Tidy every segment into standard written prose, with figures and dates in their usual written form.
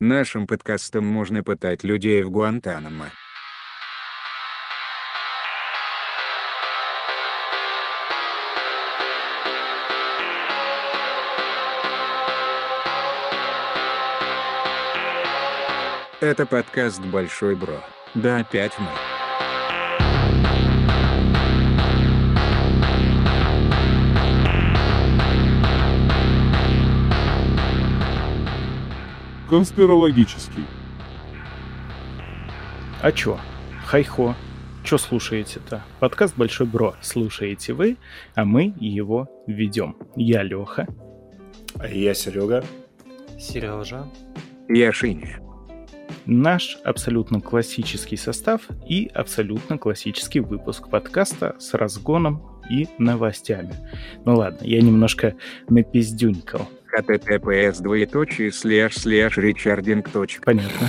Нашим подкастом можно пытать людей в Гуантанамо. Это подкаст «Большой Бро». Да, опять мы. Конспирологический. А чё? Хай-хо. Чё слушаете-то? Подкаст «Большой Бро» слушаете вы, а мы его ведем. Я Лёха. А я Серега. Сережа. Я Шиня. Наш абсолютно классический состав и абсолютно классический выпуск подкаста с разгоном и новостями. Ну ладно, я немножко напиздюнькал. https://richarding. Понятно.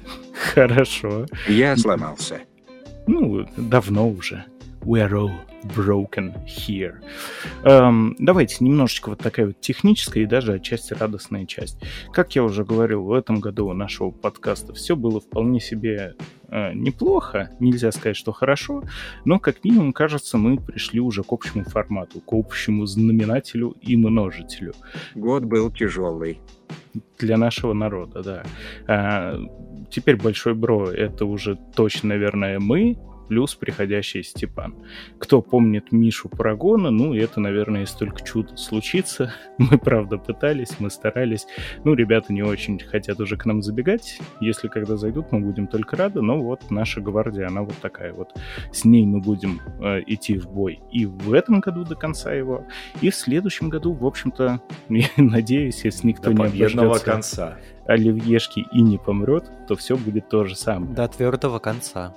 Хорошо. Я сломался. Ну, давно уже. We're all broken here. Давайте немножечко вот такая вот техническая и даже отчасти радостная часть. Как я уже говорил, в этом году у нашего подкаста все было вполне себе неплохо. Нельзя сказать, что хорошо, но как минимум, кажется, мы пришли уже к общему формату, к общему знаменателю и множителю. Год был тяжелый. Для нашего народа, да. Теперь Большой Бро — это уже точно, наверное, мы, плюс приходящий Степан. Кто помнит Мишу Парагона, ну, это, наверное, если только чудо случится. Мы, правда, пытались, мы старались. Ну, ребята не очень хотят уже к нам забегать. Если когда зайдут, мы будем только рады. Но вот наша гвардия, она вот такая вот. С ней мы будем идти в бой и в этом году до конца его, и в следующем году, в общем-то, я надеюсь, если никто не победного конца оливьешки и не помрет, то все будет то же самое. До твердого конца.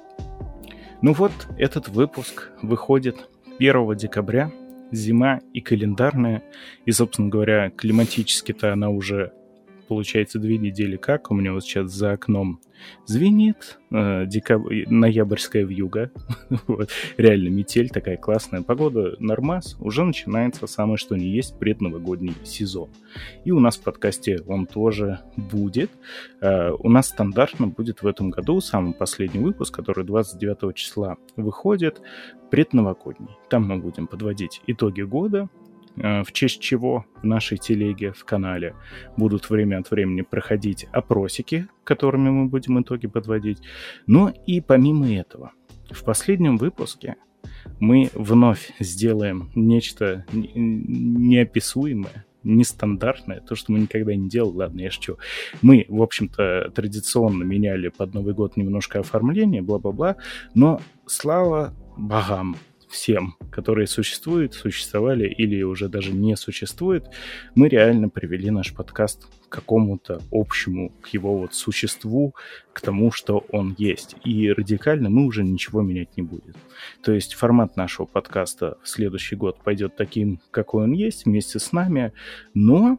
Ну вот, этот выпуск выходит 1 декабря, зима и календарная, и, собственно говоря, климатически-то она уже, получается, 2 недели как, у меня вот сейчас за окном звенит, ноябрьская вьюга, вот. Реально метель, такая классная погода, нормас, уже начинается самое что ни есть предновогодний сезон. И у нас в подкасте он тоже будет. У нас стандартно будет в этом году самый последний выпуск, который 29 числа выходит, предновогодний. Там мы будем подводить итоги года, в честь чего в нашей телеге в канале будут время от времени проходить опросики, которыми мы будем итоги подводить. Но и помимо этого, в последнем выпуске мы вновь сделаем нечто неописуемое, нестандартное, то, что мы никогда не делали, ладно, я шучу. Мы, в общем-то, традиционно меняли под Новый год немножко оформление, бла-бла-бла, но слава богам, всем, которые существовали или уже даже не существуют, мы реально привели наш подкаст к какому-то общему, к его вот существу, к тому, что он есть. И радикально мы уже ничего менять не будем. То есть формат нашего подкаста в следующий год пойдет таким, какой он есть, вместе с нами, но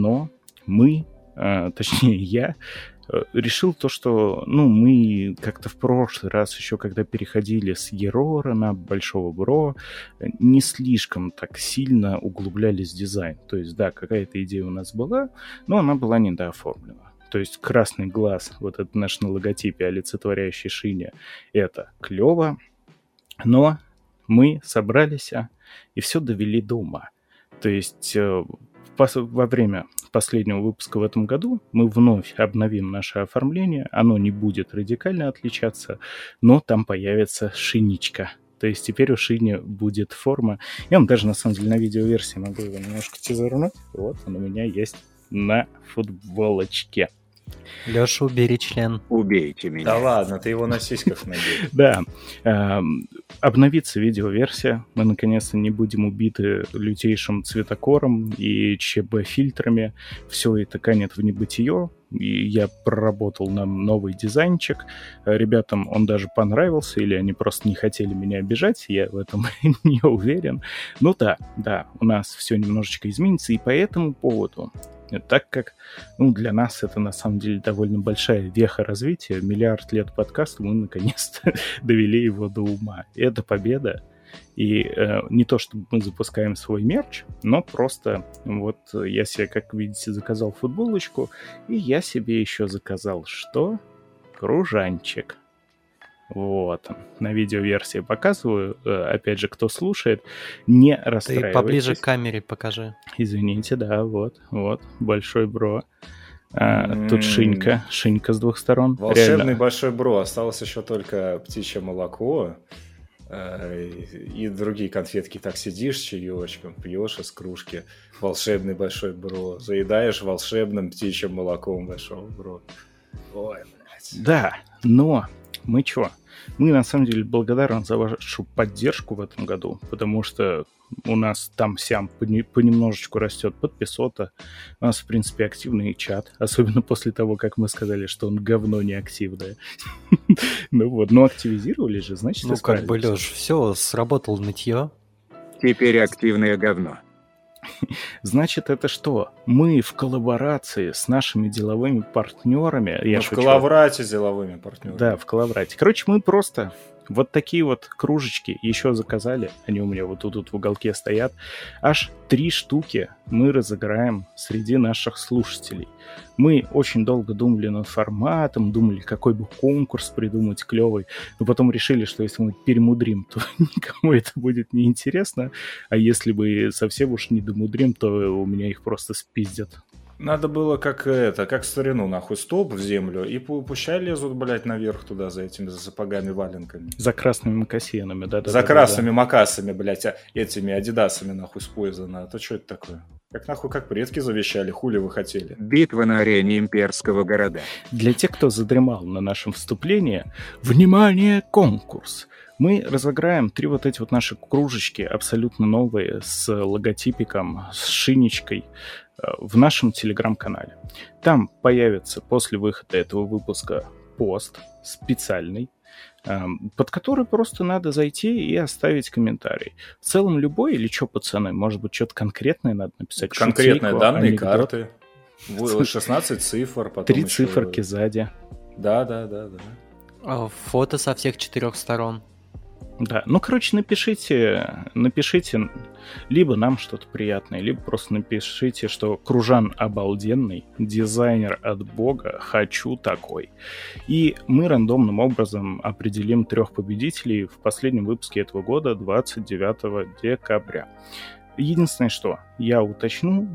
мы, точнее я, решил то, что, мы как-то в прошлый раз еще, когда переходили с Ерора на Большого Бро, не слишком так сильно углублялись в дизайн. То есть, да, какая-то идея у нас была, но она была недооформлена. То есть красный глаз, вот этот наш на логотипе, олицетворяющий Шиня, это клево, но мы собрались и все довели до ума. То есть во время последнего выпуска в этом году мы вновь обновим наше оформление. Оно не будет радикально отличаться, но там появится шиничка. То есть теперь у Шини будет форма. Я вам даже, на самом деле, на видеоверсии могу его немножко тизернуть. Вот он у меня есть на футболочке. Леша, убери член. Убейте меня. Да ладно, ты его на сиськах надел. Да. Обновится видеоверсия. Мы, наконец-то, не будем убиты лютейшим цветокором и ЧБ-фильтрами. Все это канет в небытие. И я проработал нам новый дизайнчик. Ребятам он даже понравился, или они просто не хотели меня обижать. Я в этом не уверен. Ну да, у нас все немножечко изменится. И по этому поводу, так как для нас это на самом деле довольно большая веха развития, 1 миллиард лет подкаста, мы наконец-то довели его до ума. И это победа. И не то, чтобы мы запускаем свой мерч, но просто вот я себе, как видите, заказал футболочку, и я себе еще заказал что? Кружанчик. Вот. На видеоверсии показываю. Опять же, кто слушает, не Ты расстраивайтесь. поближе к камере покажи. Извините, да, вот, большой бро. Тут шинька с двух сторон. Волшебный Реально. большой бро. Осталось еще только птичье молоко и другие конфетки. Так сидишь с чаечком, пьешь из кружки. Волшебный большой бро. Заедаешь волшебным птичьим молоком большого бро. Ой, блядь. Да, но мы чё? Мы, на самом деле, благодарны за вашу поддержку в этом году, потому что у нас там-сям понемножечку растет подписота. У нас, в принципе, активный чат, особенно после того, как мы сказали, что он говно неактивное. Ну вот, но активизировали же, значит, Ну, как бы, исправились. Лёш, все, сработал нытье. Теперь активное говно. Значит, это что? Мы в коллаборации с нашими деловыми партнерами... Мы в коллаборате с деловыми партнерами. Да, в коллаборате. Короче, мы просто вот такие вот кружечки еще заказали. Они у меня вот тут в уголке стоят. Аж 3 штуки мы разыграем среди наших слушателей. Мы очень долго думали над форматом, думали, какой бы конкурс придумать клевый. Но потом решили, что если мы перемудрим, то никому это будет неинтересно. А если бы совсем уж не домудрим, то у меня их просто спиздят. Надо было как в старину, нахуй, стоп в землю, и пущай лезут, блядь, наверх туда за этими сапогами-валенками. За красными мокасинами, да. За красными макасами, блядь, этими адидасами, нахуй, с поезда. А то что это такое? Как предки завещали, хули вы хотели? Битва на арене имперского города. Для тех, кто задремал на нашем вступлении, внимание, конкурс! Мы разыграем 3 вот эти вот наши кружечки, абсолютно новые, с логотипиком, с шинечкой, в нашем телеграм-канале. Там появится после выхода этого выпуска пост специальный, под который просто надо зайти и оставить комментарий. В целом любой или что, пацаны? Может быть, что-то конкретное надо написать? Конкретные Шутейку, данные, анекдот. карты. 16 цифр, потом 3 еще... циферки сзади. Да. Фото со всех 4 сторон. Да, ну, короче, напишите либо нам что-то приятное, либо просто напишите, что Кружан обалденный, дизайнер от бога, хочу такой. И мы рандомным образом определим 3 победителей в последнем выпуске этого года, 29 декабря. Единственное, что я уточню,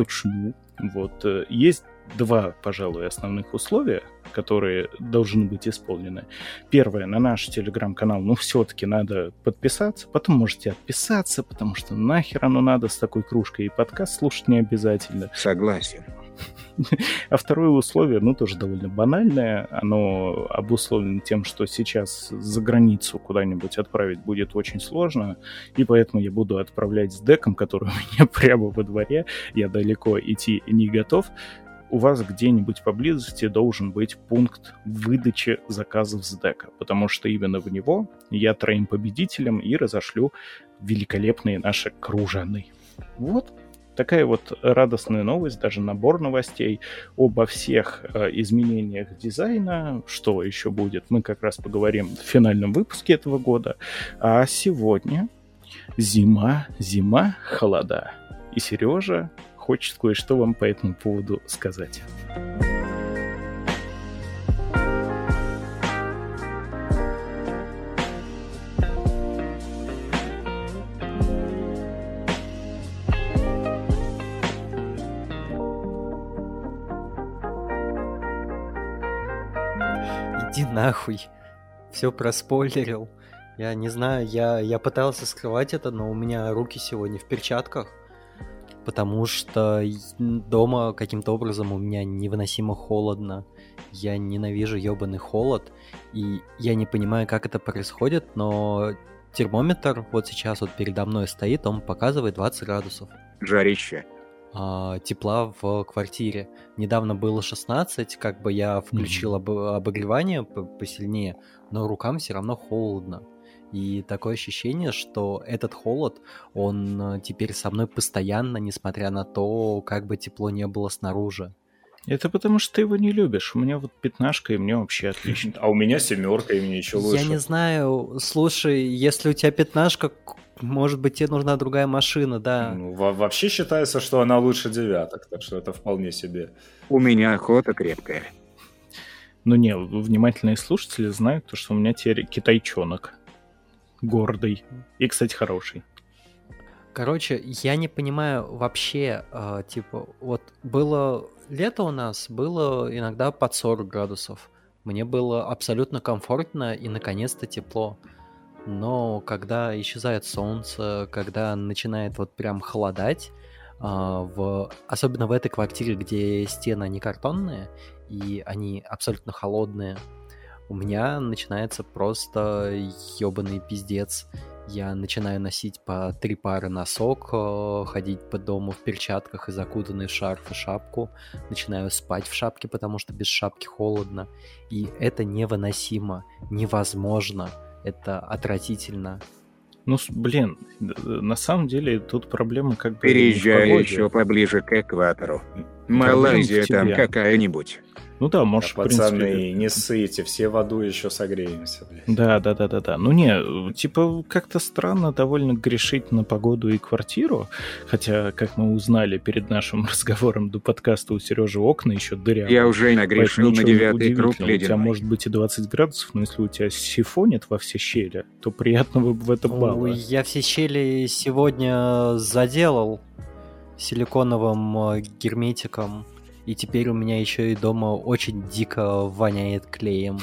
вот, есть 2, пожалуй, основных условия, которые должны быть исполнены. Первое, на наш телеграм-канал, все-таки надо подписаться, потом можете отписаться, потому что нахер оно надо с такой кружкой, и подкаст слушать не обязательно. Согласен. А второе условие, тоже довольно банальное, оно обусловлено тем, что сейчас за границу куда-нибудь отправить будет очень сложно, и поэтому я буду отправлять с деком, который у меня прямо во дворе, я далеко идти не готов. У вас где-нибудь поблизости должен быть пункт выдачи заказов с дека, потому что именно в него я 3 победителям и разошлю великолепные наши кружаны. Вот такая вот радостная новость, даже набор новостей обо всех изменениях дизайна. Что еще будет, мы как раз поговорим в финальном выпуске этого года. А сегодня зима, холода. И Сережа хочет кое-что вам по этому поводу сказать. Иди нахуй. Все проспойлерил. Я не знаю, я пытался скрывать это, но у меня руки сегодня в перчатках. Потому что дома каким-то образом у меня невыносимо холодно. Я ненавижу ебаный холод. И я не понимаю, как это происходит, но термометр вот сейчас вот передо мной стоит, он показывает 20 градусов. Жарище. Тепла в квартире. Недавно было 16, как бы я включил обогревание посильнее, но рукам все равно холодно. И такое ощущение, что этот холод, он теперь со мной постоянно, несмотря на то, как бы тепло не было снаружи. Это потому, что ты его не любишь. У меня вот 15, и мне вообще отлично. А у меня 7, и мне еще лучше. Я не знаю, слушай, если у тебя 15, может быть, тебе нужна другая машина, да. Ну, вообще считается, что она лучше 9, так что это вполне себе. У меня охота крепкая. Ну не, внимательные слушатели знают, что у меня теперь китайчонок. Гордый. И, кстати, хороший. Короче, я не понимаю вообще, типа, вот было лето у нас, было иногда под 40 градусов. Мне было абсолютно комфортно и, наконец-то, тепло. Но когда исчезает солнце, когда начинает вот прям холодать, особенно в этой квартире, где стены не картонные, и они абсолютно холодные, у меня начинается просто ёбаный пиздец. Я начинаю носить по 3 пары носок, ходить по дому в перчатках и закутанный в шарф и шапку. Начинаю спать в шапке, потому что без шапки холодно. И это невыносимо, невозможно. Это отвратительно. Ну, блин, на самом деле тут проблема как бы... Переезжай не в еще поближе к экватору. Проблема Малайзия в там тебе. какая-нибудь. Ну да, может, в Пацаны, принципе... не ссыте, все в аду еще согреемся, блядь. Да. Ну не, типа как-то странно довольно грешить на погоду и квартиру, хотя, как мы узнали перед нашим разговором до подкаста, у Сережи окна еще дырявые. Я уже нагрешил на 9-й круг У тебя ледяной. может быть и 20 градусов, но если у тебя сифонит во все щели, то приятного в это мало. Ну, я все щели сегодня заделал силиконовым герметиком, и теперь у меня еще и дома очень дико воняет клеем.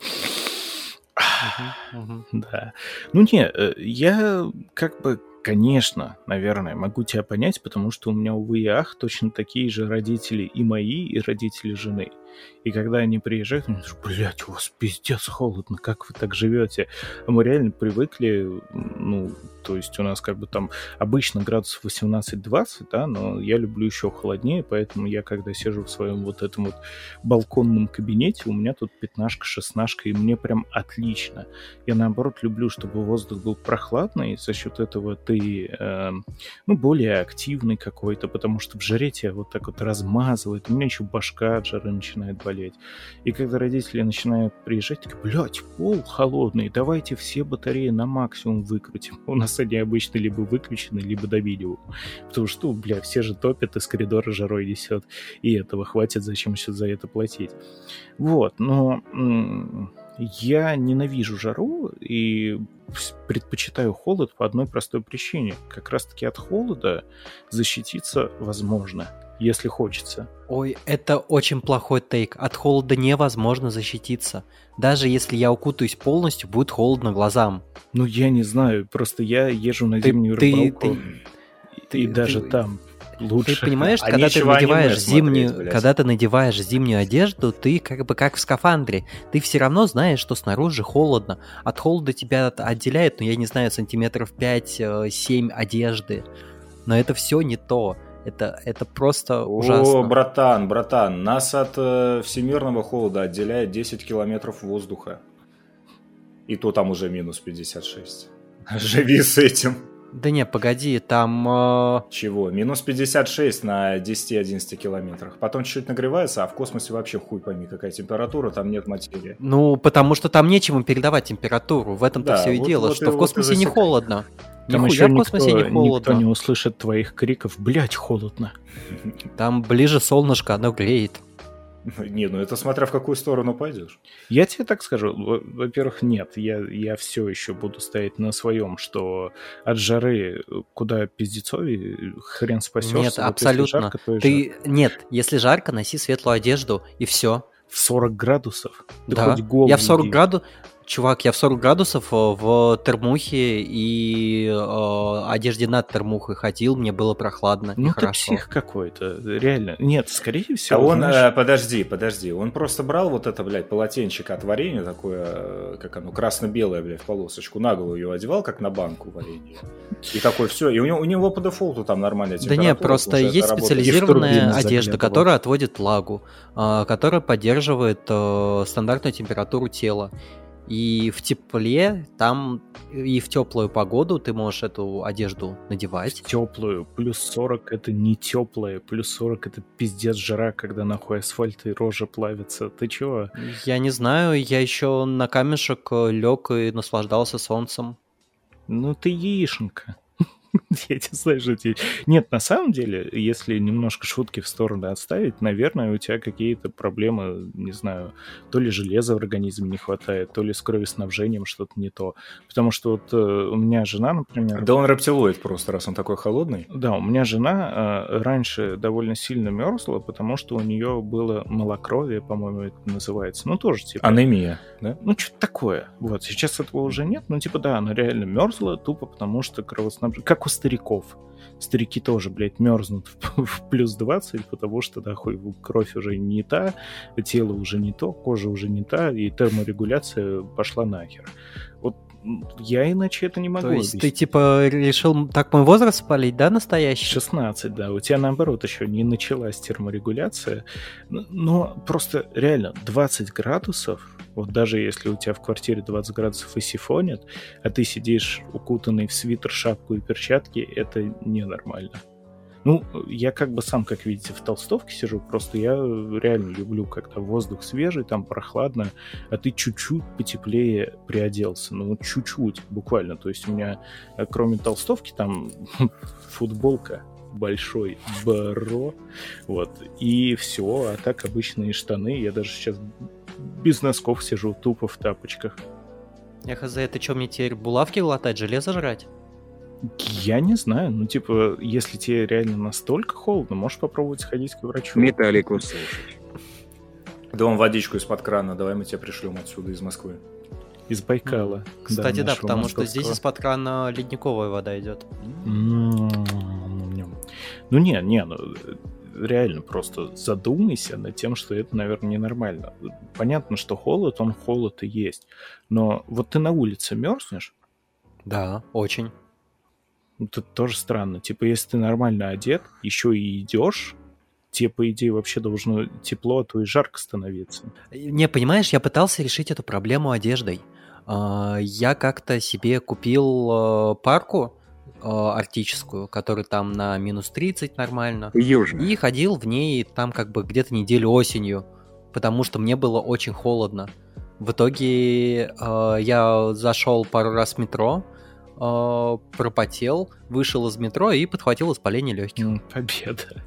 Да. Ну не, я как бы, конечно, наверное, могу тебя понять, потому что у меня, увы и ах, точно такие же родители и мои, и родители жены. И когда они приезжают, они говорят, блядь, у вас пиздец холодно, как вы так живете? А мы реально привыкли, ну, то есть у нас как бы там обычно градусов 18-20, да, но я люблю еще холоднее, поэтому я, когда сижу в своем вот этом вот балконном кабинете, у меня тут 15-16, и мне прям отлично. Я, наоборот, люблю, чтобы воздух был прохладный, и за счет этого ты, ну, более активный какой-то, потому что в жаре тебя вот так вот размазывает, у меня еще башка от жары начинает болеть. И когда родители начинают приезжать, такие, блядь, пол холодный, давайте все батареи на максимум выкрутим. У нас они обычно либо выключены, либо до видео. Потому что, бля, все же топят, из коридора жарой несет. И этого хватит, зачем еще за это платить. Вот, но я ненавижу жару и предпочитаю холод по одной простой причине. Как раз-таки от холода защититься возможно, если хочется. Ой, это очень плохой тейк. От холода невозможно защититься. Даже если я укутаюсь полностью, будет холодно глазам. Ну, я не знаю, просто я езжу на зимнюю рыбалку, и даже там лучше. Ты понимаешь, А когда ты нечего аниме надеваешь смотреть, блядь. когда ты надеваешь зимнюю одежду, ты как бы как в скафандре. Ты все равно знаешь, что снаружи холодно. От холода тебя отделяет, ну, я не знаю, сантиметров 5-7 одежды. Но это все не то. Это просто ужасно. О, братан, нас от всемирного холода отделяет 10 километров воздуха. И то там уже минус 56. Живи с этим. Да не, погоди, там... Чего? Минус 56 на 10-11 километрах. Потом чуть-чуть нагревается, а в космосе вообще хуй пойми, какая температура, там нет материи. Ну, потому что там нечем передавать температуру. В этом-то Да, все и вот- дело, вот что и- в вот космосе и не засекай. холодно. Там Нихуя еще в космосе не никто холодно. не услышит твоих криков, блядь, холодно. Там ближе солнышко, оно греет. Не, ну это смотря в какую сторону пойдешь. Я тебе так скажу, во-первых, нет, я все еще буду стоять на своем, что от жары куда пиздецовее хрен спасешься. Нет, Вот абсолютно. Если жарко, то и жарко. Нет, если жарко, носи светлую одежду, и все. В 40 градусов? Ты Да, хоть голову я в 40 иди. градусов... Чувак, я в 40 градусов в термухе и одежде над термухой ходил, мне было прохладно и Ну ты хорошо. псих какой-то, реально. Нет, скорее А всего, он, знаешь, подожди, он просто брал вот это, блядь, полотенчик от варенья, такое, как оно, красно-белое, блядь, в полосочку, на голову ее одевал, как на банку варенья. И такой, все, и у него по дефолту там нормальная Да температура. не, просто потому что есть это работает. специализированная И в турбину одежда, заглядывал. которая отводит влагу, которая поддерживает стандартную температуру тела. И в тепле там и в теплую погоду ты можешь эту одежду надевать. Теплую. Плюс 40 это не теплое. Плюс 40 это пиздец жара, когда нахуй асфальт и рожа плавится. Ты чего? Я не знаю, я еще на камешек лег и наслаждался солнцем. Ну ты яишенка. Я не знаю, что тебе... Нет, на самом деле, если немножко шутки в сторону отставить, наверное, у тебя какие-то проблемы, не знаю, то ли железа в организме не хватает, то ли с кровоснабжением что-то не то. Потому что вот у меня жена, например... Да он рептилоид просто, раз он такой холодный. Да, у меня жена раньше довольно сильно мерзла, потому что у нее было малокровие, по-моему, это называется. Ну, тоже типа... Анемия, да? Ну, что-то такое. Вот, сейчас этого уже нет. Ну, типа, да, она реально мерзла, тупо потому что кровоснабжение... Как у стариков. Старики тоже, блядь, мерзнут в плюс 20, потому что, нахуй, кровь уже не та, тело уже не то, кожа уже не та, и терморегуляция пошла нахер. Вот я иначе это не могу То есть ты, объяснить. типа, решил так мой возраст спалить, да, настоящий? 16, да. У тебя, наоборот, еще не началась терморегуляция. Но просто реально 20 градусов, вот даже если у тебя в квартире 20 градусов и сифонит, а ты сидишь укутанный в свитер, шапку и перчатки, это ненормально. Ну, я как бы сам, как видите, в толстовке сижу, просто я реально люблю, когда воздух свежий, там прохладно, а ты чуть-чуть потеплее приоделся, ну вот чуть-чуть буквально, то есть у меня кроме толстовки там футболка, большой бро, вот, и все, а так обычные штаны, я даже сейчас без носков сижу, тупо в тапочках. Я хз, это что, мне теперь булавки глотать, железо жрать? Я не знаю, ну типа, если тебе реально настолько холодно, можешь попробовать сходить к врачу. Металлику слушать. Да он водичку из-под крана, давай мы тебя пришлем отсюда, из Москвы. Из Байкала. Кстати, да, нашего потому что здесь московского. из-под крана ледниковая вода идет. Ну не, ну реально просто задумайся над тем, что это, наверное, ненормально. Понятно, что холод, он холод и есть. Но вот ты на улице мерзнешь, Да, очень. это тоже странно. Типа, если ты нормально одет, еще и идешь, тебе, по идее, вообще должно тепло, а то и жарко становиться. Не, понимаешь, я пытался решить эту проблему одеждой. Я как-то себе купил парку арктическую, которая там на минус 30 нормально, Южно. и ходил в ней там как бы где-то неделю осенью, потому что мне было очень холодно. В итоге я зашел пару раз в метро, пропотел, вышел из метро и подхватил воспаление легких. Победа.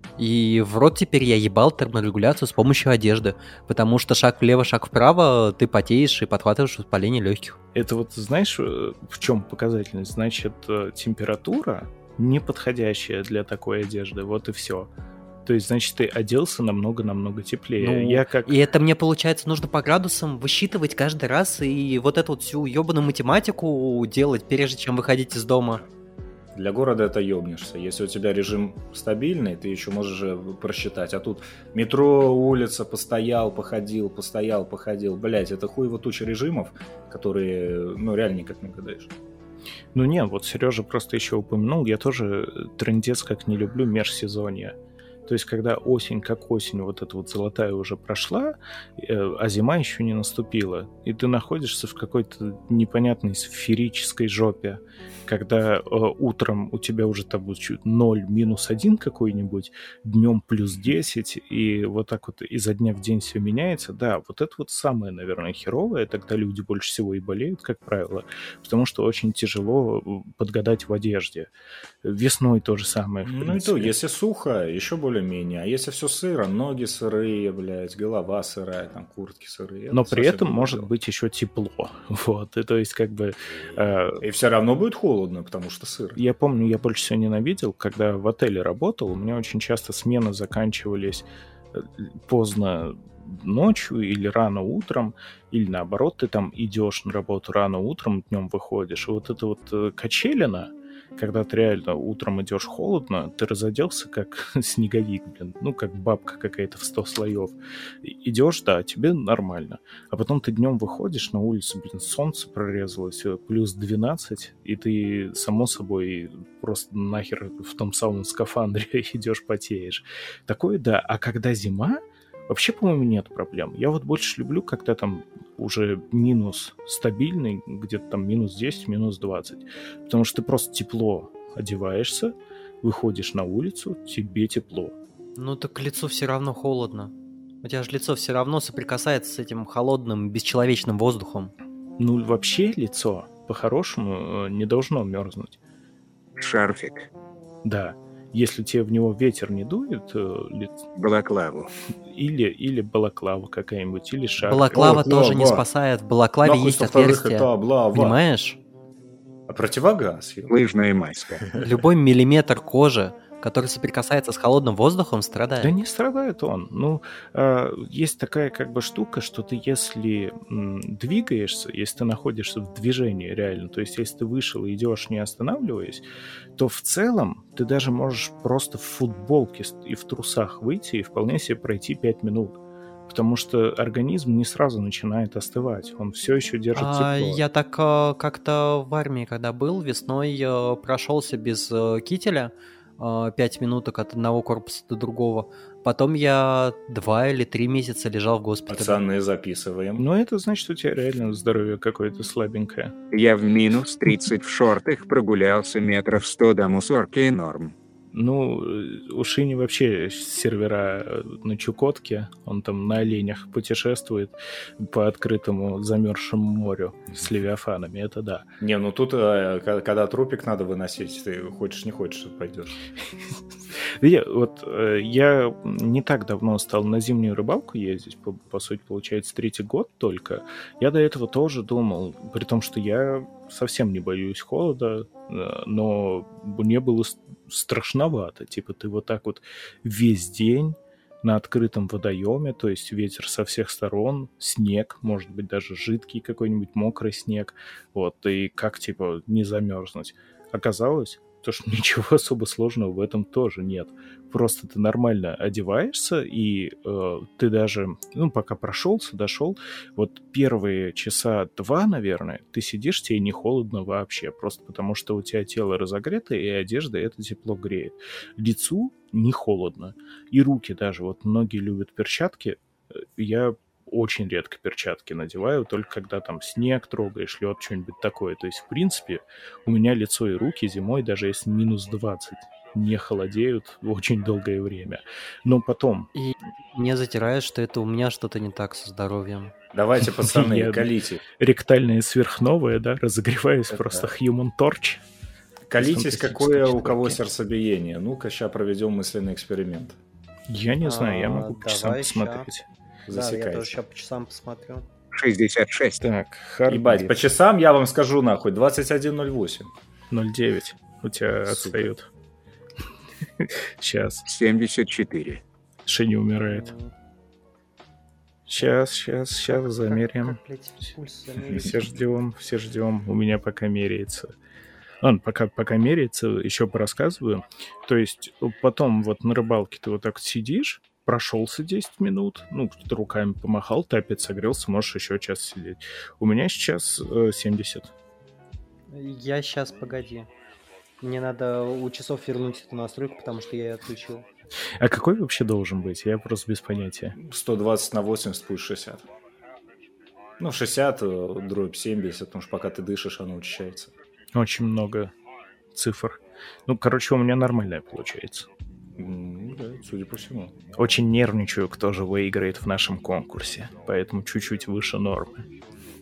И в рот теперь я ебал терморегуляцию с помощью одежды, потому что шаг влево, шаг вправо, ты потеешь и подхватываешь воспаление легких. Это вот, знаешь, в чем показательность? Значит, температура неподходящая для такой одежды, вот и все. То есть, значит, ты оделся намного-намного теплее. Ну, Я как... И это мне, получается, нужно по градусам высчитывать каждый раз и вот эту вот всю ебаную математику делать, прежде чем выходить из дома. Для города это ёбнешься. Если у тебя режим стабильный, ты еще можешь просчитать. А тут метро, улица, постоял, походил, постоял, походил. Блять, это хуево туча режимов, которые, ну, реально никак не угадаешь. Ну не, вот Сережа просто еще упомянул, я тоже трындец как не люблю межсезонье. То есть, когда осень как осень, вот эта вот золотая уже прошла, а зима еще не наступила, и ты находишься в какой-то непонятной сферической жопе, когда утром у тебя уже там будет чуть 0, -1 какой-нибудь, днем плюс 10, и вот так вот изо дня в день все меняется. Да, вот это вот самое, наверное, херовое, тогда люди больше всего и болеют, как правило, потому что очень тяжело подгадать в одежде. Весной то же самое, в Ну и принципе. то, если сухо, еще более-менее. А если все сыро, ноги сырые, блядь, голова сырая, там куртки сырые. Но это при совсем этом другое может дело. быть еще тепло. Вот. И то есть, как бы. И все равно будет холодно, потому что сыро. Я помню, я больше всего ненавидел, когда в отеле работал, у меня очень часто смены заканчивались поздно ночью или рано утром, или наоборот, ты там идешь на работу рано утром, днем выходишь. И вот это вот качелина, когда ты реально утром идешь холодно, ты разоделся как снеговик, блин, ну, как бабка какая-то в 100 слоев. Идешь, да, тебе нормально. А потом ты днем выходишь на улицу, блин, солнце прорезалось, плюс 12, и ты, само собой, просто нахер в том самом скафандре идешь, потеешь. Такое, да. А когда зима, вообще, по-моему, нет проблем. Я вот больше люблю, когда там уже минус стабильный, где-то там минус 10, минус 20. Потому что ты просто тепло одеваешься, выходишь на улицу, тебе тепло. Ну так к лицу все равно холодно. У тебя же лицо все равно соприкасается с этим холодным, бесчеловечным воздухом. Ну, вообще лицо по-хорошему не должно мерзнуть. Шарфик. Да. Если тебе в него ветер не дует, Балаклаву. или балаклава какая-нибудь, или шарфик. Балаклава тоже не спасает. В балаклаве Нахуй есть стопорых отверстие. это облава. Понимаешь? А противогаз. Лыжная маска. Любой миллиметр кожи, который соприкасается с холодным воздухом, страдает. Да не страдает он. Ну, есть такая как бы штука, что ты если двигаешься, если ты находишься в движении реально, то есть если ты вышел и идешь не останавливаясь, то в целом ты даже можешь просто в футболке и в трусах выйти и вполне себе пройти 5 минут. Потому что организм не сразу начинает остывать. Он все еще держит тепло. Я так как-то в армии, когда был, весной прошелся без кителя 5 минуток от одного корпуса до другого. Потом я 2 или 3 месяца лежал в госпитале. Пацаны, записываем. Но это значит, у тебя реально здоровье какое-то слабенькое. Я в минус 30 в шортах прогулялся метров 100 до мусорки и норм. Ну, у Шини вообще сервера на Чукотке. Он там на оленях путешествует по открытому замерзшему морю с левиафанами. Это да. Не, ну тут, когда трупик надо выносить, ты хочешь не хочешь, пойдешь. Я не так давно стал на зимнюю рыбалку ездить, по сути, получается, 3-й год только. Я до этого тоже думал, при том, что я совсем не боюсь холода, но мне было страшновато. Типа ты вот так вот весь день на открытом водоеме, то есть ветер со всех сторон, снег, может быть, даже жидкий какой-нибудь мокрый снег, вот, и как, типа, не замерзнуть. Оказалось, то, что ничего особо сложного в этом тоже нет. Просто ты нормально одеваешься, и ты даже, пока прошелся, дошел, вот первые часа 2, наверное, ты сидишь, тебе не холодно вообще, просто потому что у тебя тело разогрето, и одежда это тепло греет. Лицу не холодно. И руки даже, вот многие любят перчатки, я очень редко перчатки надеваю, только когда там снег трогаешь, лед, что-нибудь такое. То есть, в принципе, у меня лицо и руки зимой, даже если минус 20, не холодеют очень долгое время. Но потом... И не затираешь, что это у меня что-то не так со здоровьем. Давайте, пацаны, колите. Ректальное сверхновое, да, разогреваюсь просто Human Torch. Колитесь, какое у кого сердцебиение. Ну-ка, сейчас проведем мысленный эксперимент. Я не знаю, я могу по часам посмотреть. Засекайте. Да, я тоже сейчас по часам посмотрю. 66. Так, Ебать, по часам я вам скажу нахуй, 21:08. 0,9 у тебя отстает. Сейчас. 74. Шиня умирает. Сейчас замерим. Все ждем. У меня пока меряется. Ладно, пока меряется, еще порассказываю. То есть потом вот на рыбалке ты вот так сидишь, прошелся 10 минут, кто-то руками помахал, ты опять согрелся, можешь еще час сидеть. У меня сейчас 70. Я сейчас, погоди. Мне надо у часов вернуть эту настройку, потому что я ее отключил. А какой вообще должен быть? Я просто без понятия. 120 на 80 пусть 60. 60 дробь 70, потому что пока ты дышишь, оно учащается. Очень много цифр. У меня нормальная получается. Да, судя по всему. Очень нервничаю, кто же выиграет в нашем конкурсе, поэтому чуть-чуть выше нормы.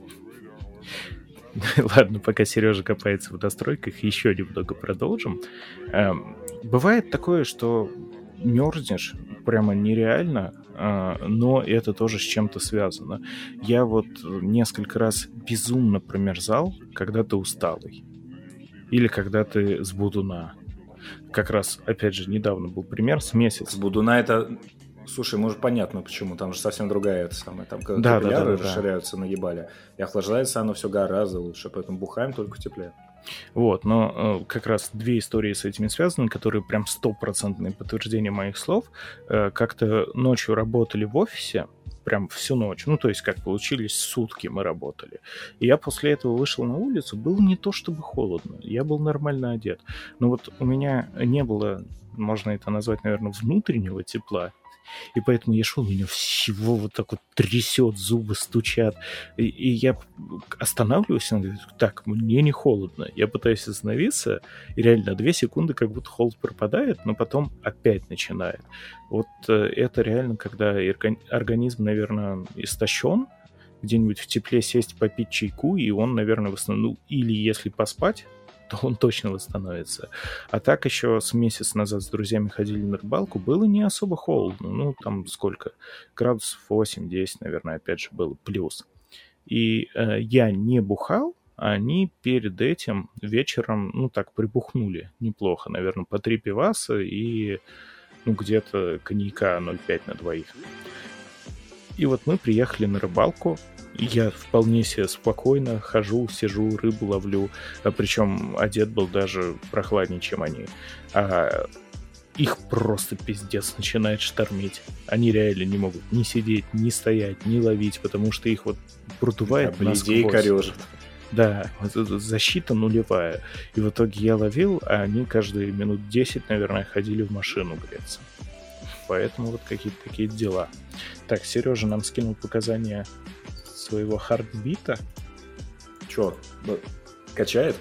Ладно, пока Сережа копается в настройках, еще немного продолжим. Бывает такое, что мерзнешь прямо нереально, но это тоже с чем-то связано. Я вот несколько раз безумно промерзал, когда ты усталый. Или когда ты с будуна. Как раз, опять же, недавно был пример с месяца. С будуна это... Слушай, может, понятно почему. Там же совсем другая там капилляры расширяются на ебале. И охлаждается оно все гораздо лучше. Поэтому бухаем только теплее. Вот, но как раз две истории с этими связаны, которые прям 100% подтверждение моих слов. Как-то ночью работали в офисе, прям всю ночь. То есть, как получились, сутки мы работали. И я после этого вышел на улицу, было не то чтобы холодно, я был нормально одет. Но вот у меня не было, можно это назвать, наверное, внутреннего тепла. И поэтому я шел, меня всего вот так вот трясет, зубы стучат. И я останавливаюсь, он говорит, так, мне не холодно. Я пытаюсь остановиться, и реально 2 секунды как будто холод пропадает, но потом опять начинает. Вот это реально, когда организм, наверное, истощен, где-нибудь в тепле сесть, попить чайку, и он, наверное, восстановится. Ну, или если поспать, то он точно восстановится. А так еще с месяц назад с друзьями ходили на рыбалку, было не особо холодно. Ну, там сколько? Градусов 8-10, наверное, опять же, было плюс. И я не бухал, а они перед этим вечером, ну, так, прибухнули неплохо. Наверное, по 3 пиваса и, ну, где-то коньяка 0,5 на двоих. И вот мы приехали на рыбалку. Я вполне себе спокойно хожу, сижу, рыбу ловлю. Причем одет был даже прохладнее, чем они. Их просто пиздец начинает штормить. Они реально не могут ни сидеть, ни стоять, ни ловить, потому что их вот продувает насквозь. Людей корежит. Да, защита нулевая. И в итоге я ловил, а они каждые минут 10, наверное, ходили в машину греться. Поэтому вот какие-то такие дела. Так, Сережа нам скинул показания своего хардбита. Чё, качает?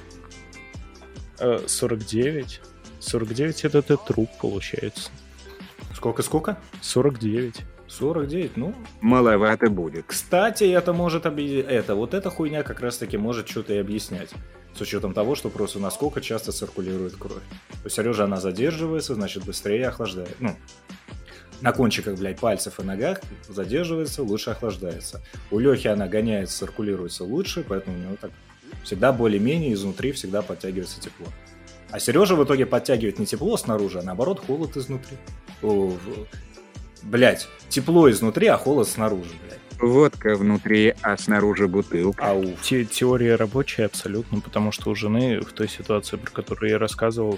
49. 49 это труп, получается. Сколько? 49. 49, ну... Маловато будет. Кстати, это может вот эта хуйня как раз-таки может что-то и объяснять. С учетом того, что просто насколько часто циркулирует кровь. У Сережи она задерживается, значит, быстрее охлаждает. Ну, на кончиках, блядь, пальцев и ногах задерживается, лучше охлаждается. У Лехи она гоняется, циркулируется лучше, поэтому у него так всегда более-менее изнутри всегда подтягивается тепло. А Сережа в итоге подтягивает не тепло снаружи, а наоборот холод изнутри. Блядь, тепло изнутри, а холод снаружи, блядь. Водка внутри, а снаружи бутылка. Ауф. Теория рабочая абсолютно, потому что у жены в той ситуации, про которую я рассказывал,